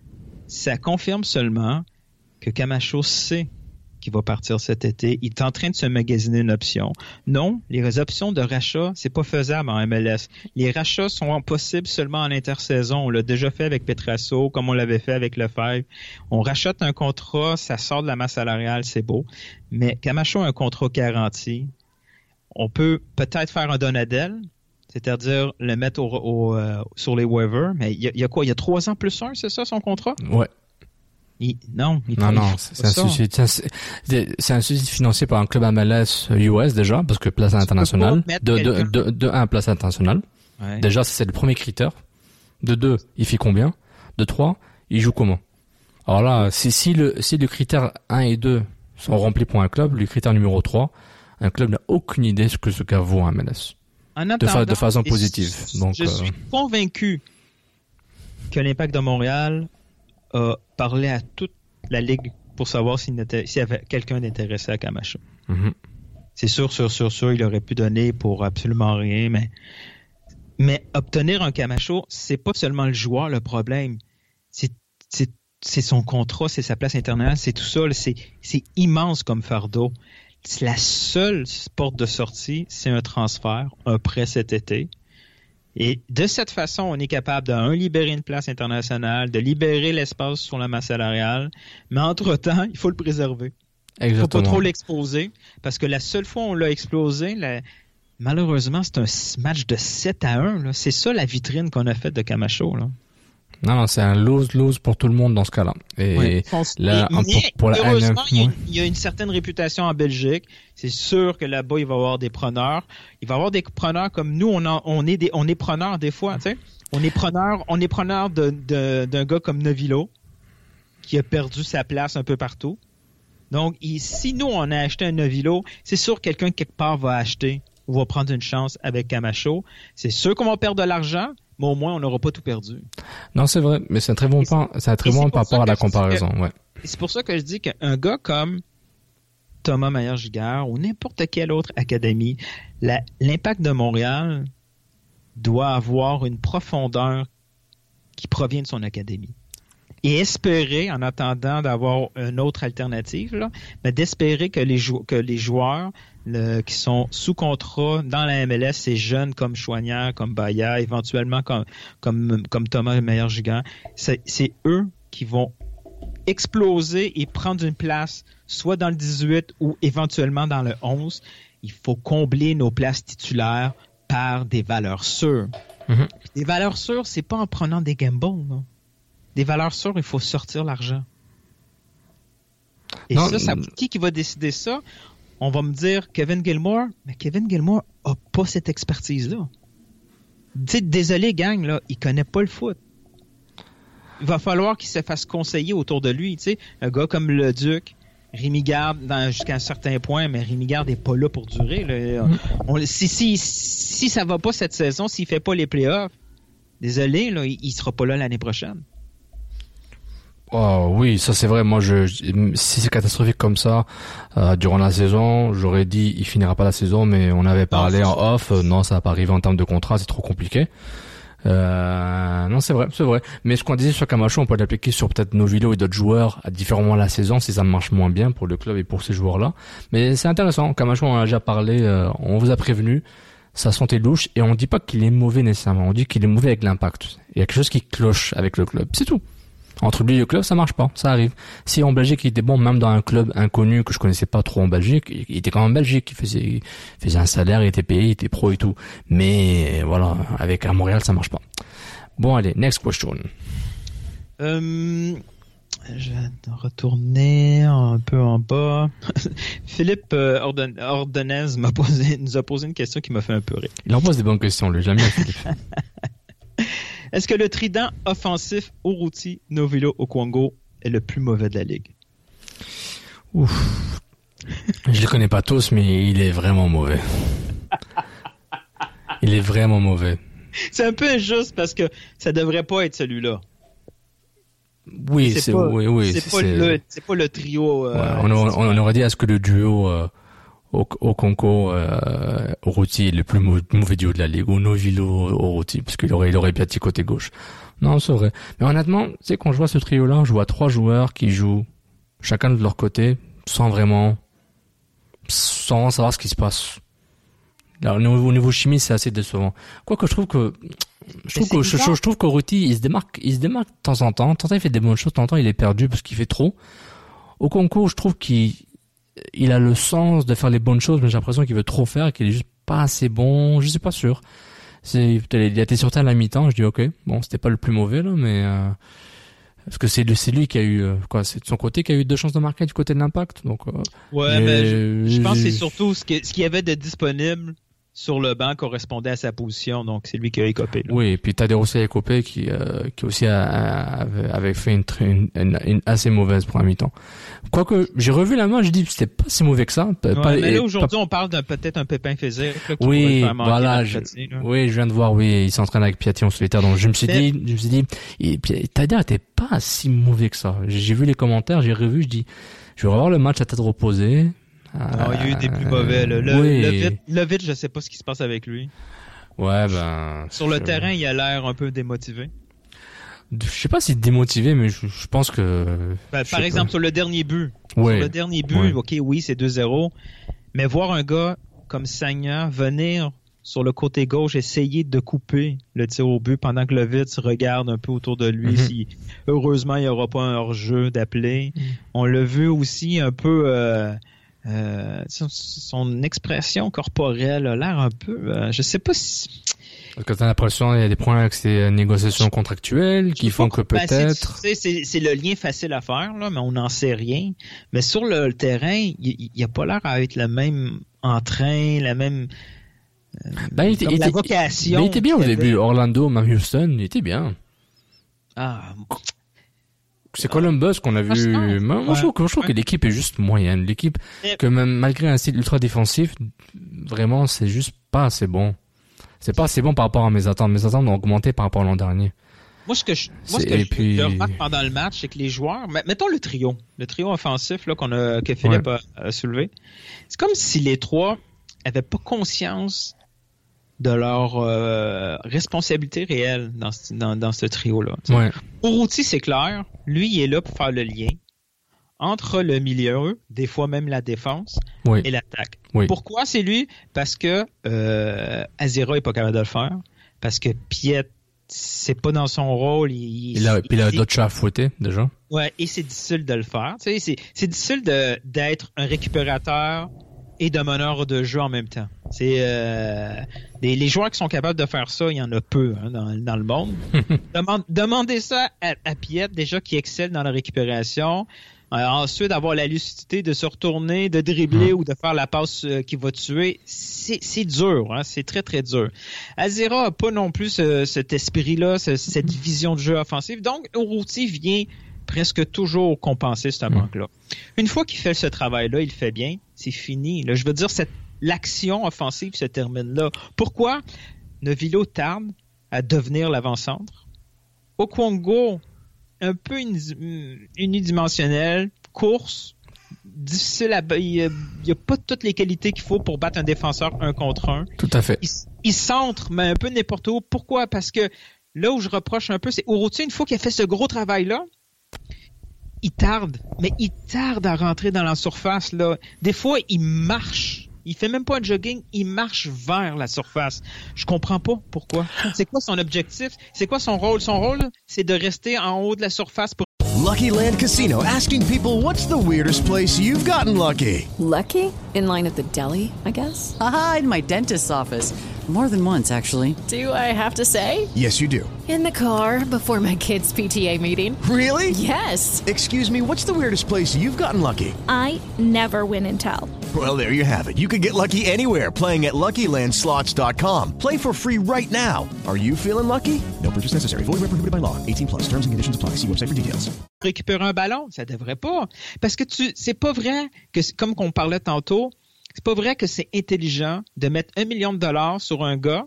ça confirme seulement que Camacho sait qu'il va partir cet été. Il est en train de se magasiner une option. Non, les options de rachat, c'est pas faisable en M L S. Les rachats sont possibles seulement en intersaison. On l'a déjà fait avec Petrasso, comme on l'avait fait avec Lefebvre. On rachète un contrat, ça sort de la masse salariale, c'est beau. Mais Camacho a un contrat garanti. On peut peut-être faire un Donadel, c'est-à-dire le mettre au, au, euh, sur les waivers. Mais il y, y a quoi? Il y a trois ans plus un, c'est ça son contrat? Ouais. Il, non, il non, non, c'est un, souci, c'est, c'est un souci financé par un club M L S U S déjà, parce que place internationale, de, de, de, de un, place internationale. Ouais. Déjà, c'est le premier critère. De deux, il fait combien? De trois, il joue comment? Alors là, si, si le, si le critère un et deux sont remplis pour un club, le critère numéro trois, un club n'a aucune idée ce que ce gars vaut en M L S. En attendant, de, fa- de façon positive. Donc, je euh... suis convaincu que l'Impact de Montréal a parlé à toute la Ligue pour savoir s'il, s'il y avait quelqu'un d'intéressé à Camacho. Mm-hmm. C'est sûr, sûr, sûr, sûr, il aurait pu donner pour absolument rien, mais, mais obtenir un Camacho, c'est pas seulement le joueur le problème. C'est, c'est, c'est son contrat, c'est sa place internationale, c'est tout ça, c'est, c'est immense comme fardeau. C'est la seule porte de sortie, c'est un transfert, un prêt cet été. Et de cette façon, on est capable de, un, libérer une place internationale, de libérer l'espace sur la masse salariale, mais entre-temps, il faut le préserver. Il ne faut pas trop l'exposer, parce que la seule fois où on l'a explosé, la... malheureusement, c'est un match de sept à un. Là. C'est ça la vitrine qu'on a faite de Camacho. Là. Non, non, c'est un lose-lose pour tout le monde dans ce cas-là. Et oui, là, mais, pour, pour la heureusement, il y, a, ouais. il y a une certaine réputation en Belgique. C'est sûr que là-bas, il va y avoir des preneurs. Il va y avoir des preneurs comme nous, on, en, on est des, on est preneurs des fois, tu sais. On est preneurs, on est preneurs de, de, d'un gars comme Novillo, qui a perdu sa place un peu partout. Donc, il, si nous, on a acheté un Novillo, c'est sûr que quelqu'un quelque part va acheter ou va prendre une chance avec Camacho. C'est sûr qu'on va perdre de l'argent, mais au moins, on n'aura pas tout perdu. Non, c'est vrai, mais c'est un très bon point, c'est un très bon par rapport à la comparaison, que, ouais. C'est pour ça que je dis qu'un gars comme Thomas Mayer-Giguère ou n'importe quelle autre académie, la, l'Impact de Montréal doit avoir une profondeur qui provient de son académie. Et espérer, en attendant d'avoir une autre alternative, là, mais d'espérer que les, jou- que les joueurs le, qui sont sous contrat dans la M L S, ces jeunes comme Choignard, comme Baya, éventuellement comme, comme, comme Thomas Mayer-Giguère, c'est, c'est eux qui vont exploser et prendre une place, soit dans le dix-huit ou éventuellement dans le onze, il faut combler nos places titulaires par des valeurs sûres. Mm-hmm. Des valeurs sûres, c'est pas en prenant des gambles. Non? Des valeurs sûres, il faut sortir l'argent. Et non, ça, ça, qui qui va décider ça? On va me dire Kevin Gilmore, mais Kevin Gilmore a pas cette expertise-là. Tu sais, désolé, gang, là, il connaît pas le foot. Il va falloir qu'il se fasse conseiller autour de lui. Tu sais, un gars comme le Duc, Rémi Garde, dans, jusqu'à un certain point, mais Rémi Garde n'est pas là pour durer. Là. Mm. On, si, si, si ça va pas cette saison, s'il fait pas les playoffs, désolé, là, il, il sera pas là l'année prochaine. Oh oui, ça c'est vrai. Moi, je, je si c'est catastrophique comme ça euh, durant la saison, j'aurais dit il finira pas la saison, mais on avait parlé en off. Euh, non, ça va pas arriver en termes de contrat, c'est trop compliqué. Euh, non, c'est vrai, c'est vrai. Mais ce qu'on disait sur Camacho, on peut l'appliquer sur peut-être Novillo et d'autres joueurs à différents moments de la saison si ça marche moins bien pour le club et pour ces joueurs-là. Mais c'est intéressant. Camacho, on en a déjà parlé. Euh, on vous a prévenu. Ça sentait louche et on dit pas qu'il est mauvais nécessairement. On dit qu'il est mauvais avec l'impact. Il y a quelque chose qui cloche avec le club. C'est tout. Entre lui et le club, ça marche pas, ça arrive. Si en Belgique il était bon, même dans un club inconnu que je connaissais pas trop en Belgique, il était quand même en Belgique, il faisait, il faisait un salaire, il était payé, il était pro et tout. Mais voilà, avec à Montréal, ça marche pas. Bon, allez, next question. Euh, je vais retourner un peu en bas. Philippe euh, Orden, Ordenez m'a posé, nous a posé une question qui m'a fait un peu rire. Il en pose des bonnes questions, lui, j'aime bien Philippe. Est-ce que le trident offensif Urruti, Novillo, Okwango est le plus mauvais de la Ligue? Ouf. Je les connais pas tous, mais il est vraiment mauvais. Il est vraiment mauvais. C'est un peu injuste parce que ça devrait pas être celui-là. Oui, c'est, c'est pas, oui, oui, c'est, c'est, pas le, c'est pas le trio. Euh, ouais, on, on, on aurait dit est-ce que le duo euh, au, au Conco, euh, Urruti est le plus mauvais duo de la ligue, ou Novillo, Urruti, parce qu'il aurait, il aurait piati côté gauche. Non, c'est vrai. Mais honnêtement, tu sais, quand je vois ce trio-là, je vois trois joueurs qui jouent chacun de leur côté, sans vraiment, sans savoir ce qui se passe. Là, au niveau, au niveau chimie, c'est assez décevant. Quoique je trouve que, je trouve que, je, je, je trouve qu'Urruti, il se démarque, il se démarque de temps en temps. De temps en temps, il fait des bonnes choses, de temps en temps, il est perdu parce qu'il fait trop. Au Conco, je trouve qu'il, il a le sens de faire les bonnes choses, mais j'ai l'impression qu'il veut trop faire et qu'il est juste pas assez bon. Je suis pas sûr. C'est, il a été sur terre à la mi-temps. Je dis ok, bon, c'était pas le plus mauvais là, mais euh, parce que c'est, c'est lui qui a eu euh, quoi, c'est de son côté qui a eu deux chances de marquer du côté de l'Impact. Donc euh, ouais, mais je, je pense que c'est surtout ce, que, ce qu'il y avait de disponible sur le banc correspondait à sa position, donc c'est lui qui a écopé. Là. Oui, et puis Tadeu Rossi a écopé qui, euh, qui aussi a, a, avait fait une, une, une, une assez mauvaise première mi-temps. Quoique, j'ai revu la main, j'ai dit c'était pas si mauvais que ça. Ouais, pas, mais là, et, aujourd'hui, pas... on parle d'un peut-être un pépin physique. Là, qui oui, faire voilà. Je, Piatti, oui, je viens de voir, oui, il s'entraîne avec Piatti en solitaire, donc je me suis mais... dit, je me suis dit, et puis Tadeu était pas si mauvais que ça. J'ai, j'ai vu les commentaires, j'ai revu, je dis, je vais revoir le match à tête reposée. Non, il y a eu des plus mauvais. Là. Le, oui. le, vite, le vite, je sais pas ce qui se passe avec lui. Ouais, ben. Sur le terrain, il a l'air un peu démotivé. Je sais pas si démotivé, mais je, je pense que. Ben, par exemple, pas. sur le dernier but. Ouais. Sur le dernier but, ouais. ok, oui, c'est deux zéro. Mais voir un gars comme Sagna venir sur le côté gauche, essayer de couper le tir au but pendant que le vide se regarde un peu autour de lui. Mm-hmm. Si, heureusement, il n'y aura pas un hors-jeu d'appeler. Mm. On l'a vu aussi un peu. Euh, Euh, son, son expression corporelle a l'air un peu, euh, je sais pas si. Parce que t'as l'impression qu'il y a des problèmes avec ces négociations contractuelles qui font que peut-être. Ben, c'est, c'est, c'est le lien facile à faire là, mais on n'en sait rien. Mais sur le, le terrain, il, il a pas l'air à être le même entrain, la même. Euh, ben, il était, la il était, vocation. Ben, il était bien au début. Orlando, même Houston, il était bien. Ah. C'est Columbus qu'on a vu. Moi, moi, ouais. je trouve, que, je trouve ouais. que l'équipe est juste moyenne. L'équipe, Et... que même malgré un style ultra défensif, vraiment, c'est juste pas assez bon. C'est pas assez bon par rapport à mes attentes. Mes attentes ont augmenté par rapport à l'an dernier. Moi, ce que je, moi, ce que je, puis... je remarque pendant le match, c'est que les joueurs, mettons le trio, le trio offensif là qu'on a, que Philippe ouais. a, a soulevé, c'est comme si les trois avaient pas conscience de leur euh, responsabilité réelle dans ce, dans, dans ce trio-là. Ouais. Urruti, c'est clair. Lui, il est là pour faire le lien entre le milieu, des fois même la défense, oui. et l'attaque. Oui. Pourquoi c'est lui? Parce que euh, Azira est pas capable de le faire. Parce que Piet c'est pas dans son rôle. Il, il a, il, puis il a il, d'autres chats à fouetter, déjà. Ouais, et c'est difficile de le faire. Tu sais, c'est, c'est difficile de, d'être un récupérateur et de meneur de jeu en même temps. C'est euh, les, les joueurs qui sont capables de faire ça, il y en a peu hein, dans, dans le monde. Demande, demandez ça à, à Piet, déjà qui excelle dans la récupération. Euh, ensuite, avoir la lucidité de se retourner, de dribbler mmh. ou de faire la passe euh, qui va tuer, c'est, c'est dur, hein, c'est très très dur. Azira n'a pas non plus ce, cet esprit-là, ce, cette vision de jeu offensif. Donc, Urruti vient presque toujours compenser ce mmh. manque-là. Une fois qu'il fait ce travail-là, il le fait bien, c'est fini. Là, je veux dire, cette, l'action offensive se termine là. Pourquoi Novillo tarde à devenir l'avant-centre? Okwongo, un peu unidimensionnel, course, difficile à... Il n'y a pas toutes les qualités qu'il faut pour battre un défenseur un contre un. Tout à fait. Il, il centre, mais un peu n'importe où. Pourquoi? Parce que là où je reproche un peu, c'est Urruti, une fois qu'il a fait ce gros travail-là, il tarde, mais il tarde à rentrer dans la surface, là. Des fois, il marche. Il fait même pas un jogging, il marche vers la surface. Je comprends pas pourquoi. C'est quoi son objectif? C'est quoi son rôle? Son rôle, c'est de rester en haut de la surface pour... Lucky Land Casino, asking people, what's the weirdest place you've gotten lucky? Lucky? In line at the deli, I guess? Aha, in my dentist's office. More than once, actually. Do I have to say? Yes, you do. In the car before my kids' P T A meeting. Really? Yes. Excuse me, what's the weirdest place you've gotten lucky? I never win and tell. Well, there you have it. You can get lucky anywhere, playing at Lucky Land Slots dot com. Play for free right now. Are you feeling lucky? No purchase necessary. Void where prohibited by law. eighteen plus. Terms and conditions apply. See website for details. Récupérer un ballon, ça devrait pas. Parce que tu, c'est pas vrai que, comme qu'on parlait tantôt, c'est pas vrai que c'est intelligent de mettre un million de dollars sur un gars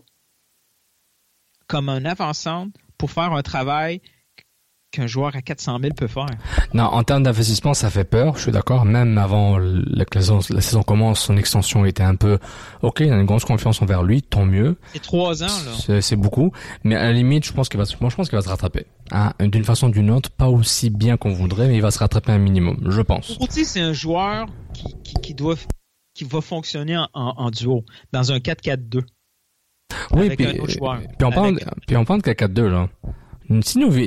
comme un avant-centre pour faire un travail qu'un joueur à quatre cent mille peut faire. Non, en termes d'investissement, ça fait peur, je suis d'accord. Même avant la, la, la saison commence, son extension était un peu... Ok, il a une grosse confiance envers lui, tant mieux. C'est trois ans, là. C'est, c'est beaucoup. Mais à la limite, je pense qu'il va, moi, je pense qu'il va se rattraper. Hein, d'une façon ou d'une autre, pas aussi bien qu'on voudrait, mais il va se rattraper un minimum, je pense. Urruti, c'est un joueur qui, qui, qui doit... qui va fonctionner en, en, en duo, dans un quatre quatre deux. Oui, puis, puis, on parle, avec... puis on parle de quatre quatre deux, là. Si nous,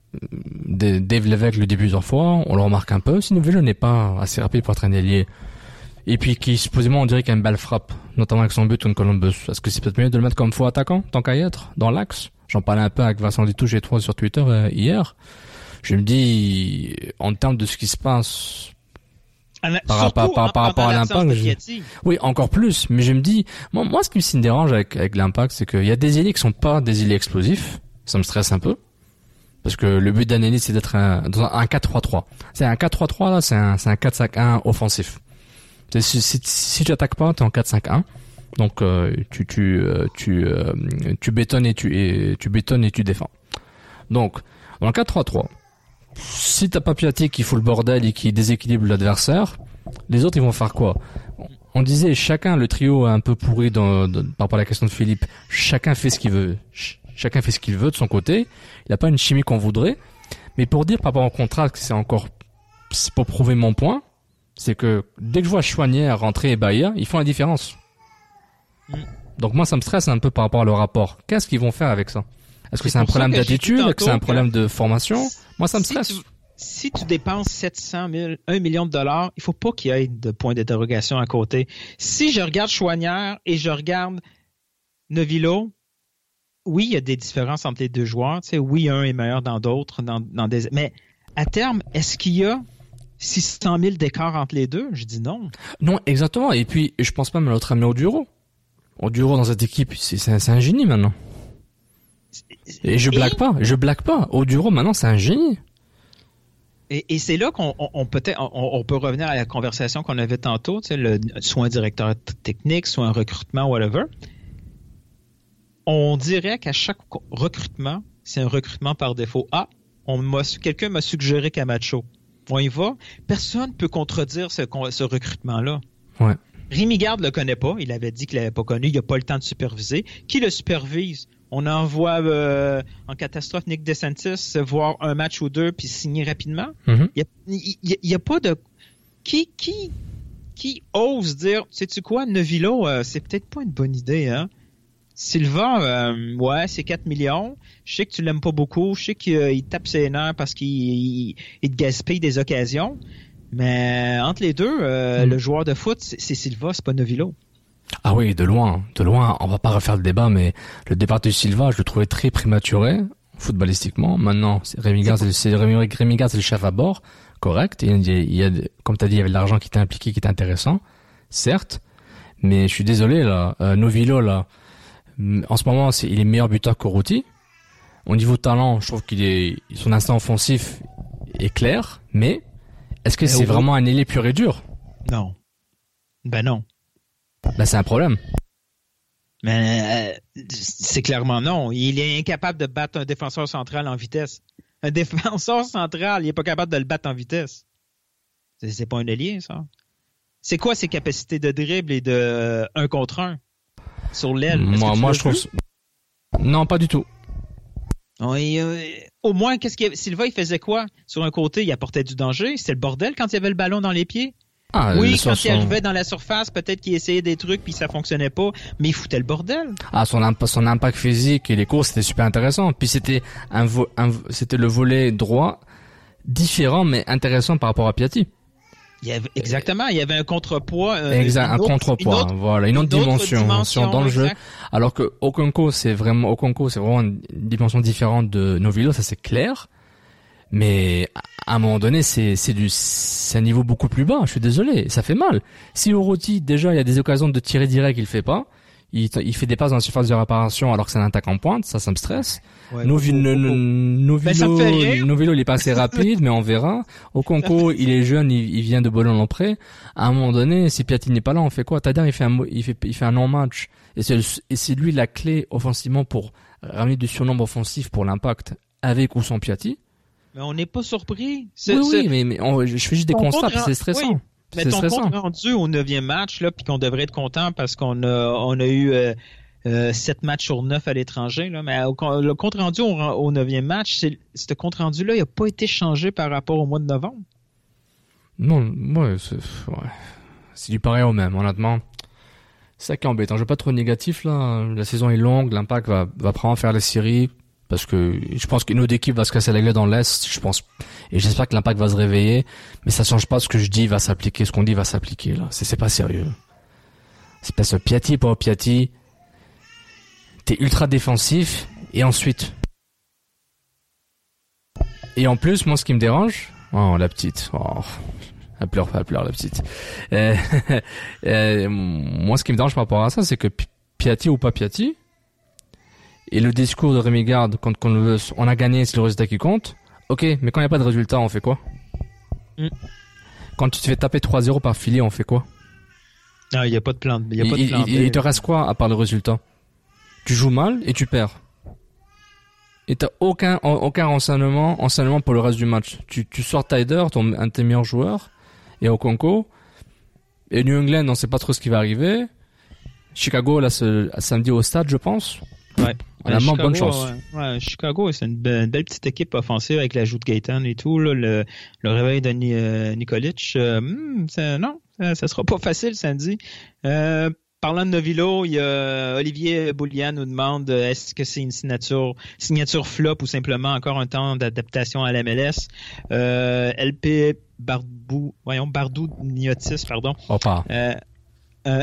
Dave Lévesque le dit plusieurs fois, on le remarque un peu, si Novillo n'est pas assez rapide pour être un ailier, et puis qui supposément on dirait qu'il a une belle frappe, notamment avec son but contre Columbus, est-ce que c'est peut-être mieux de le mettre comme faux attaquant, tant qu'à y être, dans l'axe? J'en parlais un peu avec Vincent Ditouche et trois sur Twitter euh, hier. Je me dis, en termes de ce qui se passe... Par, Surtout par, par, par en, rapport à l'impact, je... oui, encore plus. Mais je me dis, moi, moi, ce qui me dérange avec, avec l'impact, c'est qu'il y a des ailiers qui sont pas des ailiers explosifs. Ça me stresse un peu. Parce que le but d'un ailier, c'est d'être un, dans un quatre trois trois. C'est un quatre trois trois, là, c'est un, c'est un quatre cinq un offensif. C'est, si, si, si tu attaques pas, t'es en quatre cinq un. Donc, euh, tu, tu, euh, tu, euh, tu bétonnes et tu, et, tu bétonnes et tu défends. Donc, dans le quatre trois trois, si t'as pas Piatti qui fout le bordel et qui déséquilibre l'adversaire, les autres ils vont faire quoi? On disait chacun, le trio un peu pourri dans, dans, par rapport à la question de Philippe, chacun fait ce qu'il veut, ch- chacun fait ce qu'il veut de son côté. Il n'a pas une chimie qu'on voudrait. Mais pour dire par rapport au contrat que c'est encore, c'est pour prouver mon point, c'est que dès que je vois Chouanière rentrer et Bahia, ils font la différence. Mm. Donc moi ça me stresse un peu par rapport à leur rapport. Qu'est-ce qu'ils vont faire avec ça? Est-ce que c'est, c'est un problème d'attitude? Est-ce que c'est un problème de formation? Moi, ça me stresse. Si tu, si tu dépenses sept cent mille, un million de dollars, il faut pas qu'il y ait de point d'interrogation à côté. Si je regarde Chouanière et je regarde Novillo, oui, il y a des différences entre les deux joueurs. Tu sais, oui, un est meilleur dans d'autres, dans, dans des... mais à terme, est-ce qu'il y a six cent mille d'écart entre les deux? Je dis non. Non, exactement. Et puis, je pense même à notre ami Oduro. Oduro dans cette équipe, c'est, c'est, c'est un génie maintenant. Et je blague et... pas, je blague pas. Oduro, maintenant, c'est un génie. Et, et c'est là qu'on on, on peut on, on peut revenir à la conversation qu'on avait tantôt, tu sais, le, soit un directeur t- technique, soit un recrutement, whatever. On dirait qu'à chaque recrutement, c'est un recrutement par défaut. Ah, on m'a, quelqu'un m'a suggéré Camacho. On y va. Personne ne peut contredire ce, ce recrutement-là. Ouais. Rémi Garde le connaît pas. Il avait dit qu'il l'avait pas connu. Il n'a pas le temps de superviser. Qui le supervise? On envoie euh, en catastrophe Nick DeSantis voir un match ou deux puis signer rapidement. Mm-hmm. Il y a, y a pas de... Qui qui qui ose dire, sais-tu quoi, Novillo, euh, c'est peut-être pas une bonne idée, hein? Silva, euh, ouais, c'est quatre millions. Je sais que tu l'aimes pas beaucoup. Je sais qu'il euh, tape ses nerfs parce qu'il il, il te gaspille des occasions. Mais entre les deux, euh, mm. le joueur de foot, c'est, c'est Silva, c'est pas Novillo. Ah oui, de loin, de loin. On va pas refaire le débat, mais le départ de Silva, je le trouvais très prématuré, footballistiquement. Maintenant, c'est Rémi Garde, c'est, c'est, Rémi, Rémi Garde, c'est le chef à bord. Correct. Il y a, il y a, comme t'as dit, il y avait de l'argent qui était impliqué, qui était intéressant. Certes. Mais je suis désolé, là. Euh, Novillo, là. En ce moment, c'est, il est meilleur buteur qu'Urruti. Au niveau talent, je trouve qu'il est, son instinct offensif est clair, mais est-ce que et c'est au... vraiment un ailier pur et dur? Non. Ben non. Ben c'est un problème. Mais euh, c'est clairement non. Il est incapable de battre un défenseur central en vitesse. Un défenseur central, il est pas capable de le battre en vitesse. C'est, c'est pas un ailier, ça. C'est quoi ses capacités de dribble et de euh, un contre un sur l'aile? Moi, moi je trouve... Non, pas du tout. Oui, euh, au moins, qu'est-ce qu'il y avait? Silva, il faisait quoi? Sur un côté, il apportait du danger. C'était le bordel quand il y avait le ballon dans les pieds. Ah, oui, quand son... il arrivait dans la surface, peut-être qu'il essayait des trucs puis ça fonctionnait pas, mais il foutait le bordel. Ah, son, imp- son impact physique et les courses, c'était super intéressant. Puis c'était un, vo- un c'était le volet droit différent mais intéressant par rapport à Piatti. Il y avait, exactement, il y avait un contrepoids. Euh, exact, un autre, contrepoids, une autre, voilà, une autre, une dimension, autre dimension dans le exact. jeu. Alors que Okonkwo, c'est vraiment, Okonkwo, c'est vraiment une dimension différente de Novillo, ça c'est clair. Mais à un moment donné, c'est c'est du c'est un niveau beaucoup plus bas. Je suis désolé, ça fait mal. Si Urruti déjà il y a des occasions de tirer direct, il le fait pas. Il il fait des passes dans la surface de réparation alors que c'est un attaque en pointe, ça ça me stresse. Ouais, Novillo, Novillo, ben, Novillo, il est pas assez rapide, mais on verra. Okonkwo, il est jeune, il, il vient de Bologne-Lompré. À un moment donné, si Piatti n'est pas là, on fait quoi? Tadar, il fait un il fait il fait un non-match et c'est et c'est lui la clé offensivement pour ramener du surnombre offensif pour l'impact avec ou sans Piatti. Mais on n'est pas surpris. C'est, oui, c'est... oui, mais, mais on, je fais juste des constats, puis c'est stressant. Oui. Mais c'est ton stressant. compte rendu au neuvième match, là, puis qu'on devrait être content parce qu'on a, on a eu euh, euh, sept matchs sur neuf à l'étranger, là. Mais au, le compte rendu au, au neuvième match, c'est, ce compte rendu-là, il n'a pas été changé par rapport au mois de novembre. Non, ouais, c'est, ouais. c'est du pareil au même, honnêtement. C'est ça qui est embêtant. Je vais pas trop négatif, là. La saison est longue, l'Impact va, va probablement faire les séries. Parce que je pense qu'une autre équipe va se casser la gueule dans l'Est, je pense, et j'espère que l'Impact va se réveiller, mais ça change pas ce que je dis va s'appliquer, ce qu'on dit va s'appliquer, là. C'est, c'est pas sérieux. C'est parce que Piatti, pas Piatti, t'es ultra défensif, et ensuite. Et en plus, moi, ce qui me dérange, oh, la petite, oh, elle pleure, elle pleure, la petite. Euh, euh, moi, ce qui me dérange par rapport à ça, c'est que Piatti ou pas Piatti, et le discours de Rémi Garde, quand, quand on, on a gagné, c'est le résultat qui compte. Ok, mais quand il n'y a pas de résultat, on fait quoi? mm. Quand tu te fais taper trois zéro par filet, on fait quoi? Ah, il n'y a pas de plan. Il, y a pas de plan il, il, il te reste quoi à part le résultat? Tu joues mal et tu perds. Et t'as aucun, aucun renseignement, renseignement pour le reste du match. Tu, tu sors Tyder, ton, un de tes meilleurs joueurs, et Okonkwo. Et New England, on sait pas trop ce qui va arriver. Chicago, là, ce, samedi au stade, je pense. Ouais. On a Chicago, bonne chance. Ouais. Ouais, Chicago, c'est une belle, une belle petite équipe offensive avec l'ajout de Gaëtan et tout. Là, le, le réveil de Ni, euh, Nikolic. Euh, hmm, ça, non, ça, ça sera pas facile samedi. Euh, parlant de Novillo, il y a Olivier Boulian nous demande est-ce que c'est une signature, signature flop ou simplement encore un temps d'adaptation à l'M L S. Euh, L P Barbou, voyons, Bardou Niotis, pardon. Opa. Euh, euh,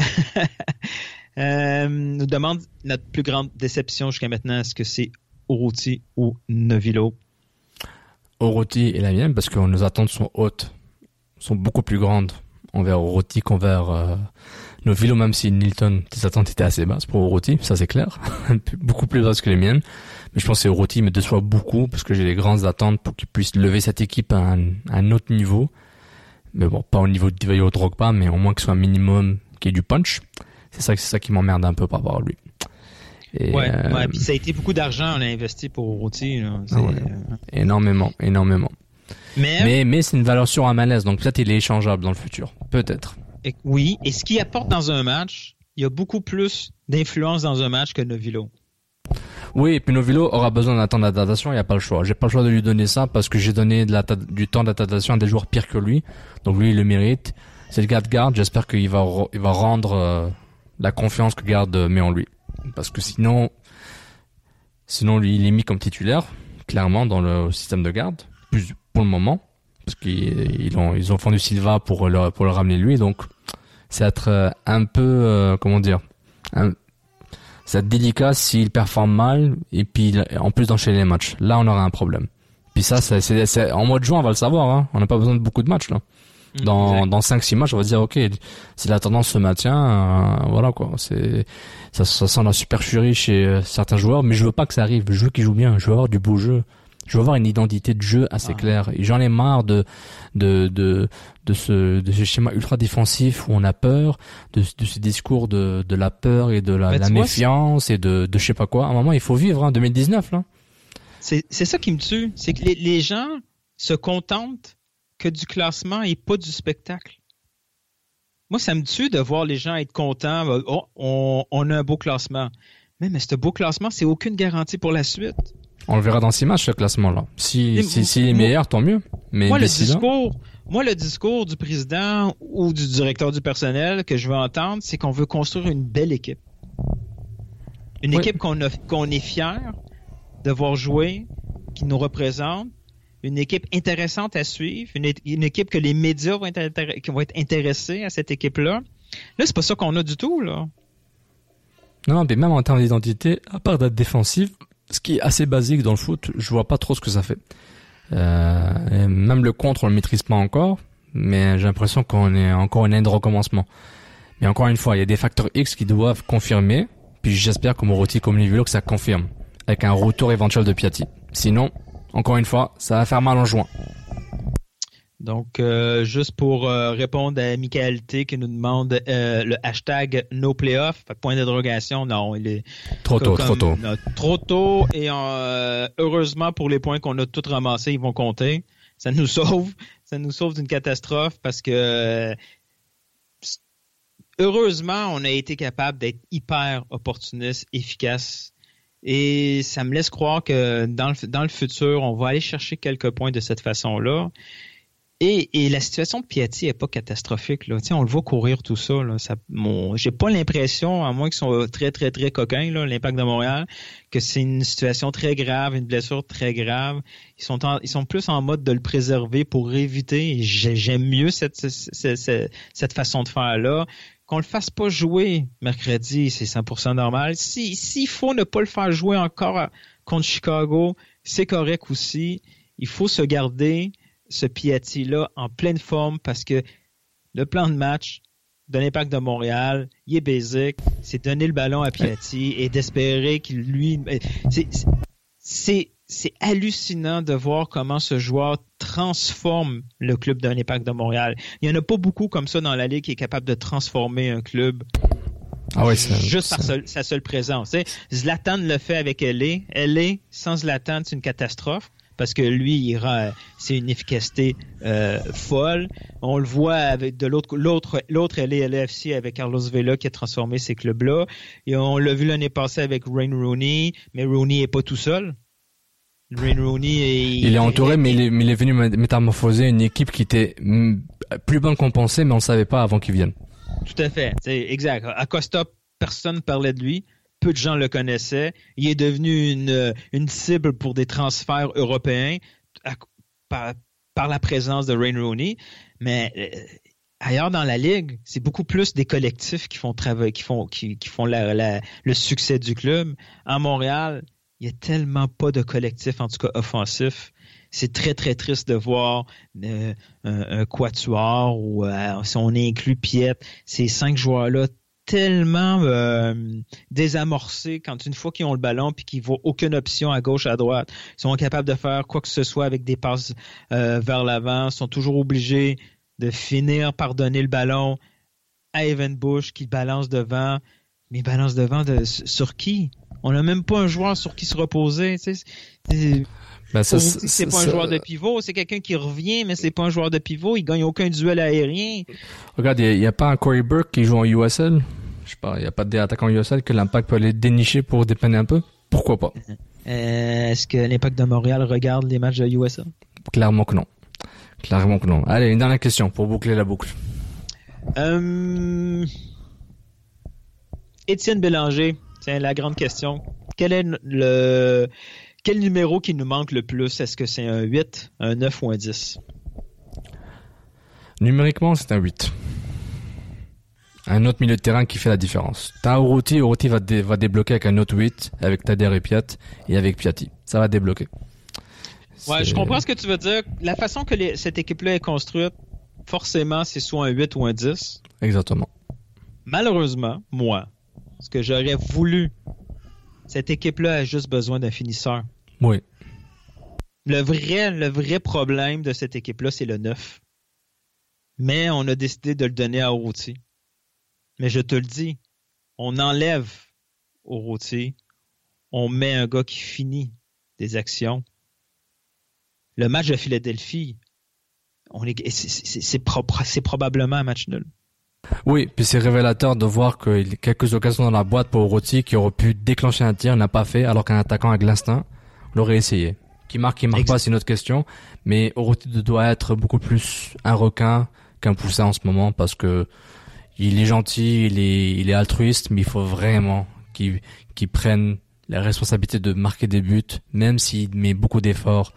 Euh, nous demande notre plus grande déception jusqu'à maintenant, est-ce que c'est Urruti ou Novillo? Urruti est la mienne parce que nos attentes sont hautes, sont beaucoup plus grandes envers Urruti qu'envers euh, Novillo, même si Nilton, tes attentes étaient assez basses pour Urruti, ça c'est clair, beaucoup plus basses que les miennes. Mais je pense que Urruti me déçoit beaucoup parce que j'ai des grandes attentes pour qu'il puisse lever cette équipe à un, à un autre niveau. Mais bon, pas au niveau de Divayo Drogba, mais au moins qu'il soit un minimum qui ait du punch. C'est ça, c'est ça qui m'emmerde un peu par rapport à lui. Et ouais, euh... ouais, puis ça a été beaucoup d'argent, on a investi pour Urruti. Là. Ah ouais. euh... Énormément, énormément. Mais, mais, mais c'est une valeur sûre à malaise, donc peut-être il est échangeable dans le futur. Peut-être. Et, oui, et ce qu'il apporte dans un match, il y a beaucoup plus d'influence dans un match que Novillo. Oui, et puis Novillo aura besoin d'un temps d'adaptation, il n'y a pas le choix. J'ai pas le choix de lui donner ça parce que j'ai donné de la, du temps d'adaptation à des joueurs pires que lui. Donc lui, il le mérite. C'est le gars de Garde, j'espère qu'il va, il va rendre... Euh, la confiance que Garde met en lui. Parce que sinon, sinon lui, il est mis comme titulaire, clairement, dans le système de garde, plus pour le moment. Parce qu'ils ont, ils ont fendu Silva pour le, pour le ramener lui, donc c'est être un peu, euh, comment dire, un, c'est être délicat s'il performe mal, et puis en plus d'enchaîner les matchs. Là, on aura un problème. Puis ça, c'est, c'est, c'est en mois de juin, on va le savoir, hein. On n'a pas besoin de beaucoup de matchs, là. Dans, exact. Dans cinq six matchs, on va se dire, ok, si la tendance se maintient, euh, voilà, quoi. C'est, ça, ça sent la supercherie chez euh, certains joueurs, mais je veux pas que ça arrive. Je veux qu'ils jouent bien. Je veux avoir du beau jeu. Je veux avoir une identité de jeu assez ah. claire. Et j'en ai marre de, de, de, de ce, de ce schéma ultra défensif où on a peur, de, de ce discours de, de la peur et de la, la méfiance vois, et de, de je sais pas quoi. À un moment, il faut vivre, hein, deux mille dix-neuf, là. C'est, c'est ça qui me tue. C'est que les, les gens se contentent que du classement et pas du spectacle. Moi, ça me tue de voir les gens être contents. Oh, on, on a un beau classement. Mais, mais ce beau classement, c'est aucune garantie pour la suite. On le verra dans six matchs, ce classement-là. Si, si, si, s'il est meilleur, tant mieux. Mais moi, le discours, moi, le discours du président ou du directeur du personnel que je veux entendre, c'est qu'on veut construire une belle équipe. Une oui. équipe qu'on a, qu'on est fier de voir jouer, qui nous représente, une équipe intéressante à suivre, une, une équipe que les médias vont être, intér- qui vont être intéressés à cette équipe-là. Là, c'est pas ça qu'on a du tout, là. Non, mais même en termes d'identité, à part d'être défensif, ce qui est assez basique dans le foot, je vois pas trop ce que ça fait. Euh, même le contre, on le maîtrise pas encore, mais j'ai l'impression qu'on est encore une année de recommencement. Mais encore une fois, il y a des facteurs X qui doivent confirmer, puis j'espère comme Moretti, comme Livio, que ça confirme, avec un retour éventuel de Piatti. Sinon, encore une fois, ça va faire mal en juin. Donc, euh, juste pour euh, répondre à Michael T qui nous demande euh, le hashtag NoPlayoff, point d'interrogation, non, il est... Trop tôt, comme, trop tôt. Non, trop tôt, et euh, heureusement pour les points qu'on a tous ramassés, ils vont compter. Ça nous sauve, ça nous sauve d'une catastrophe parce que euh, heureusement, on a été capable d'être hyper opportuniste, efficace. Et ça me laisse croire que dans le, dans le futur, on va aller chercher quelques points de cette façon-là. Et, et la situation de Piatti n'est pas catastrophique, là. Tu sais, on le voit courir tout ça, là. Ça, mon, j'ai pas l'impression, à moins qu'ils soient très, très, très coquins, là, l'Impact de Montréal, que c'est une situation très grave, une blessure très grave. Ils sont en, ils sont plus en mode de le préserver pour éviter. Et j'aime mieux cette, cette, cette, cette façon de faire-là. Qu'on le fasse pas jouer mercredi, c'est cent pour cent normal. Si, s'il faut ne pas le faire jouer encore contre Chicago, c'est correct aussi. Il faut se garder ce Piatti-là en pleine forme parce que le plan de match de l'Impact de Montréal, il est basique, c'est donner le ballon à Piatti et d'espérer qu'il lui... C'est, c'est, c'est hallucinant de voir comment ce joueur transforme le club de l'Impact de Montréal. Il n'y en a pas beaucoup comme ça dans la Ligue qui est capable de transformer un club ah ouais, c'est, juste c'est... par seul, sa seule présence. Tu sais, Zlatan le fait avec L A. L A, sans Zlatan, c'est une catastrophe. Parce que lui, il rend, c'est une efficacité euh, folle. On le voit avec de l'autre, l'autre, l'autre L A L A F C avec Carlos Vela qui a transformé ces clubs-là. Et on l'a vu l'année passée avec Wayne Rooney, mais Rooney est pas tout seul. Wayne Rooney est, il est entouré, est, mais, il est, mais il est venu métamorphoser une équipe qui était plus bonne qu'on pensait, mais on ne savait pas avant qu'il vienne. Tout à fait, c'est exact. Acosta, personne ne parlait de lui. Peu de gens le connaissaient. Il est devenu une, une cible pour des transferts européens à, par, par la présence de Wayne Rooney. Mais euh, ailleurs dans la Ligue, c'est beaucoup plus des collectifs qui font, travail, qui font, qui, qui font la, la, le succès du club. À Montréal, il n'y a tellement pas de collectif, en tout cas offensif. C'est très, très triste de voir euh, un, un quatuor ou euh, si on inclut Piet, ces cinq joueurs-là tellement euh, désamorcés quand une fois qu'ils ont le ballon puis qu'ils voient aucune option à gauche, à droite, ils sont incapables de faire quoi que ce soit avec des passes euh, vers l'avant, sont toujours obligés de finir par donner le ballon à Evan Bush qui balance devant, mais il balance devant de, sur qui? On n'a même pas un joueur sur qui se reposer, tu sais. C'est, ben ça, c'est, c'est pas ça, un joueur de pivot, c'est quelqu'un qui revient, mais c'est pas un joueur de pivot, il gagne aucun duel aérien. Regarde, il n'y a, a pas un Corey Burke qui joue en U S L? Je sais pas, il n'y a pas d'attaquant U S L que l'Impact peut aller dénicher pour dépanner un peu? Pourquoi pas? Euh, est-ce que l'Impact de Montréal regarde les matchs de U S L? Clairement que non. Clairement que non. Allez, une dernière question pour boucler la boucle. Euh... Étienne Bélanger Tiens, la grande question. Quel est le quel numéro qui nous manque le plus? Est-ce que c'est un huit, un neuf ou un dix? Numériquement, c'est un huit. Un autre milieu de terrain qui fait la différence. T'as Urruti, Urruti va, dé, va débloquer avec un autre huit, avec Thader et Piat, et avec Piatti. Ça va débloquer. Ouais, c'est... je comprends ce que tu veux dire. La façon que les, cette équipe-là est construite, forcément, c'est soit un huit ou un dix. Exactement. Malheureusement, moi, ce que j'aurais voulu, cette équipe-là a juste besoin d'un finisseur. Oui. Le vrai, le vrai problème de cette équipe-là, c'est le neuf. Mais on a décidé de le donner à Urruti. Mais je te le dis, on enlève Urruti, on met un gars qui finit des actions. Le match de Philadelphie, on est, c'est, c'est, c'est, propre, c'est probablement un match nul. Oui, puis c'est révélateur de voir qu'il y a quelques occasions dans la boîte pour Urruti qui aurait pu déclencher un tir, n'a pas fait, alors qu'un attaquant avec l'instinct l'aurait essayé. Qui marque, qui marque exact. Pas, c'est une autre question. Mais Urruti doit être beaucoup plus un requin qu'un poussin en ce moment, parce que il est gentil, il est, il est altruiste, mais il faut vraiment qu'il, qu'il prenne la responsabilité de marquer des buts, même s'il met beaucoup d'efforts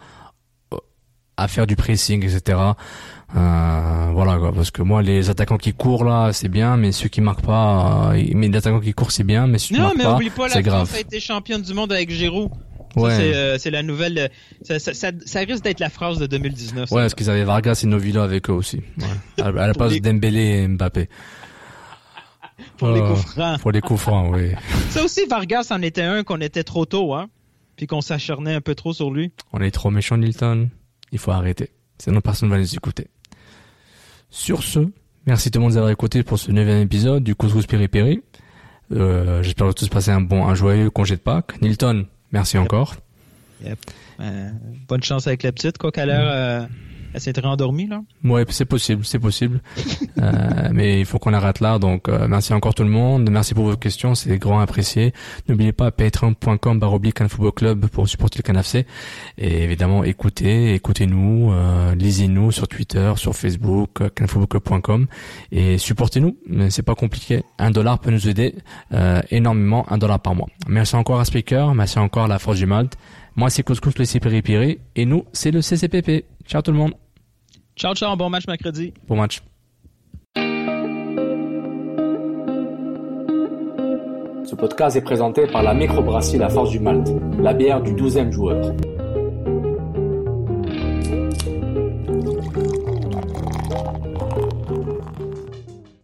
à faire du pressing, et cetera. Euh, voilà, quoi, parce que moi, les attaquants qui courent là, c'est bien, mais ceux qui marquent pas, euh, mais les attaquants qui courent, c'est bien, mais ceux qui non, marquent mais pas, oublie pas, c'est la grave. France a été championne du monde avec Giroud. Ouais. Ça, c'est, euh, c'est la nouvelle. Ça, ça, ça, ça risque d'être la phrase de deux mille dix-neuf. Ouais, parce qu'ils avaient Vargas et Novilla avec eux aussi. Ouais. À, à la place les... Dembélé et Mbappé. Pour euh, les coups francs. Pour les coups francs, oui. Ça aussi, Vargas en était un qu'on était trop tôt, hein. Puis qu'on s'acharnait un peu trop sur lui. On est trop méchant, Nilton. Il faut arrêter. Sinon, personne ne va nous écouter. Sur ce, merci tout le monde d'avoir écouté pour ce neuvième épisode du Couscous Piri-Piri. Euh, j'espère que tous passer un bon, un joyeux congé de Pâques. Nilton, merci yep. encore. Yep. Euh, bonne chance avec la petite, quoi qu'à l'heure, euh, elle s'est rendormie, là. Ouais, c'est possible, c'est possible. euh, mais il faut qu'on arrête là, donc euh, merci encore tout le monde. Merci pour vos questions, c'est grand apprécié. N'oubliez pas patreon point com barre oblique Cannes Football Club pour supporter le Cannes F C. Et évidemment, écoutez, écoutez-nous, euh, lisez-nous sur Twitter, sur Facebook, euh, cannes football club point com et supportez-nous. Mais c'est pas compliqué. Un dollar peut nous aider euh, énormément, un dollar par mois. Merci encore à Speaker, merci encore à la Force du Malte. Moi, c'est Couscous le Piri-Piri et nous, c'est le C C P P. Ciao tout le monde. Ciao, ciao, bon match mercredi. Bon match. Ce podcast est présenté par la microbrasserie La Force du Malte, la bière du douzième joueur.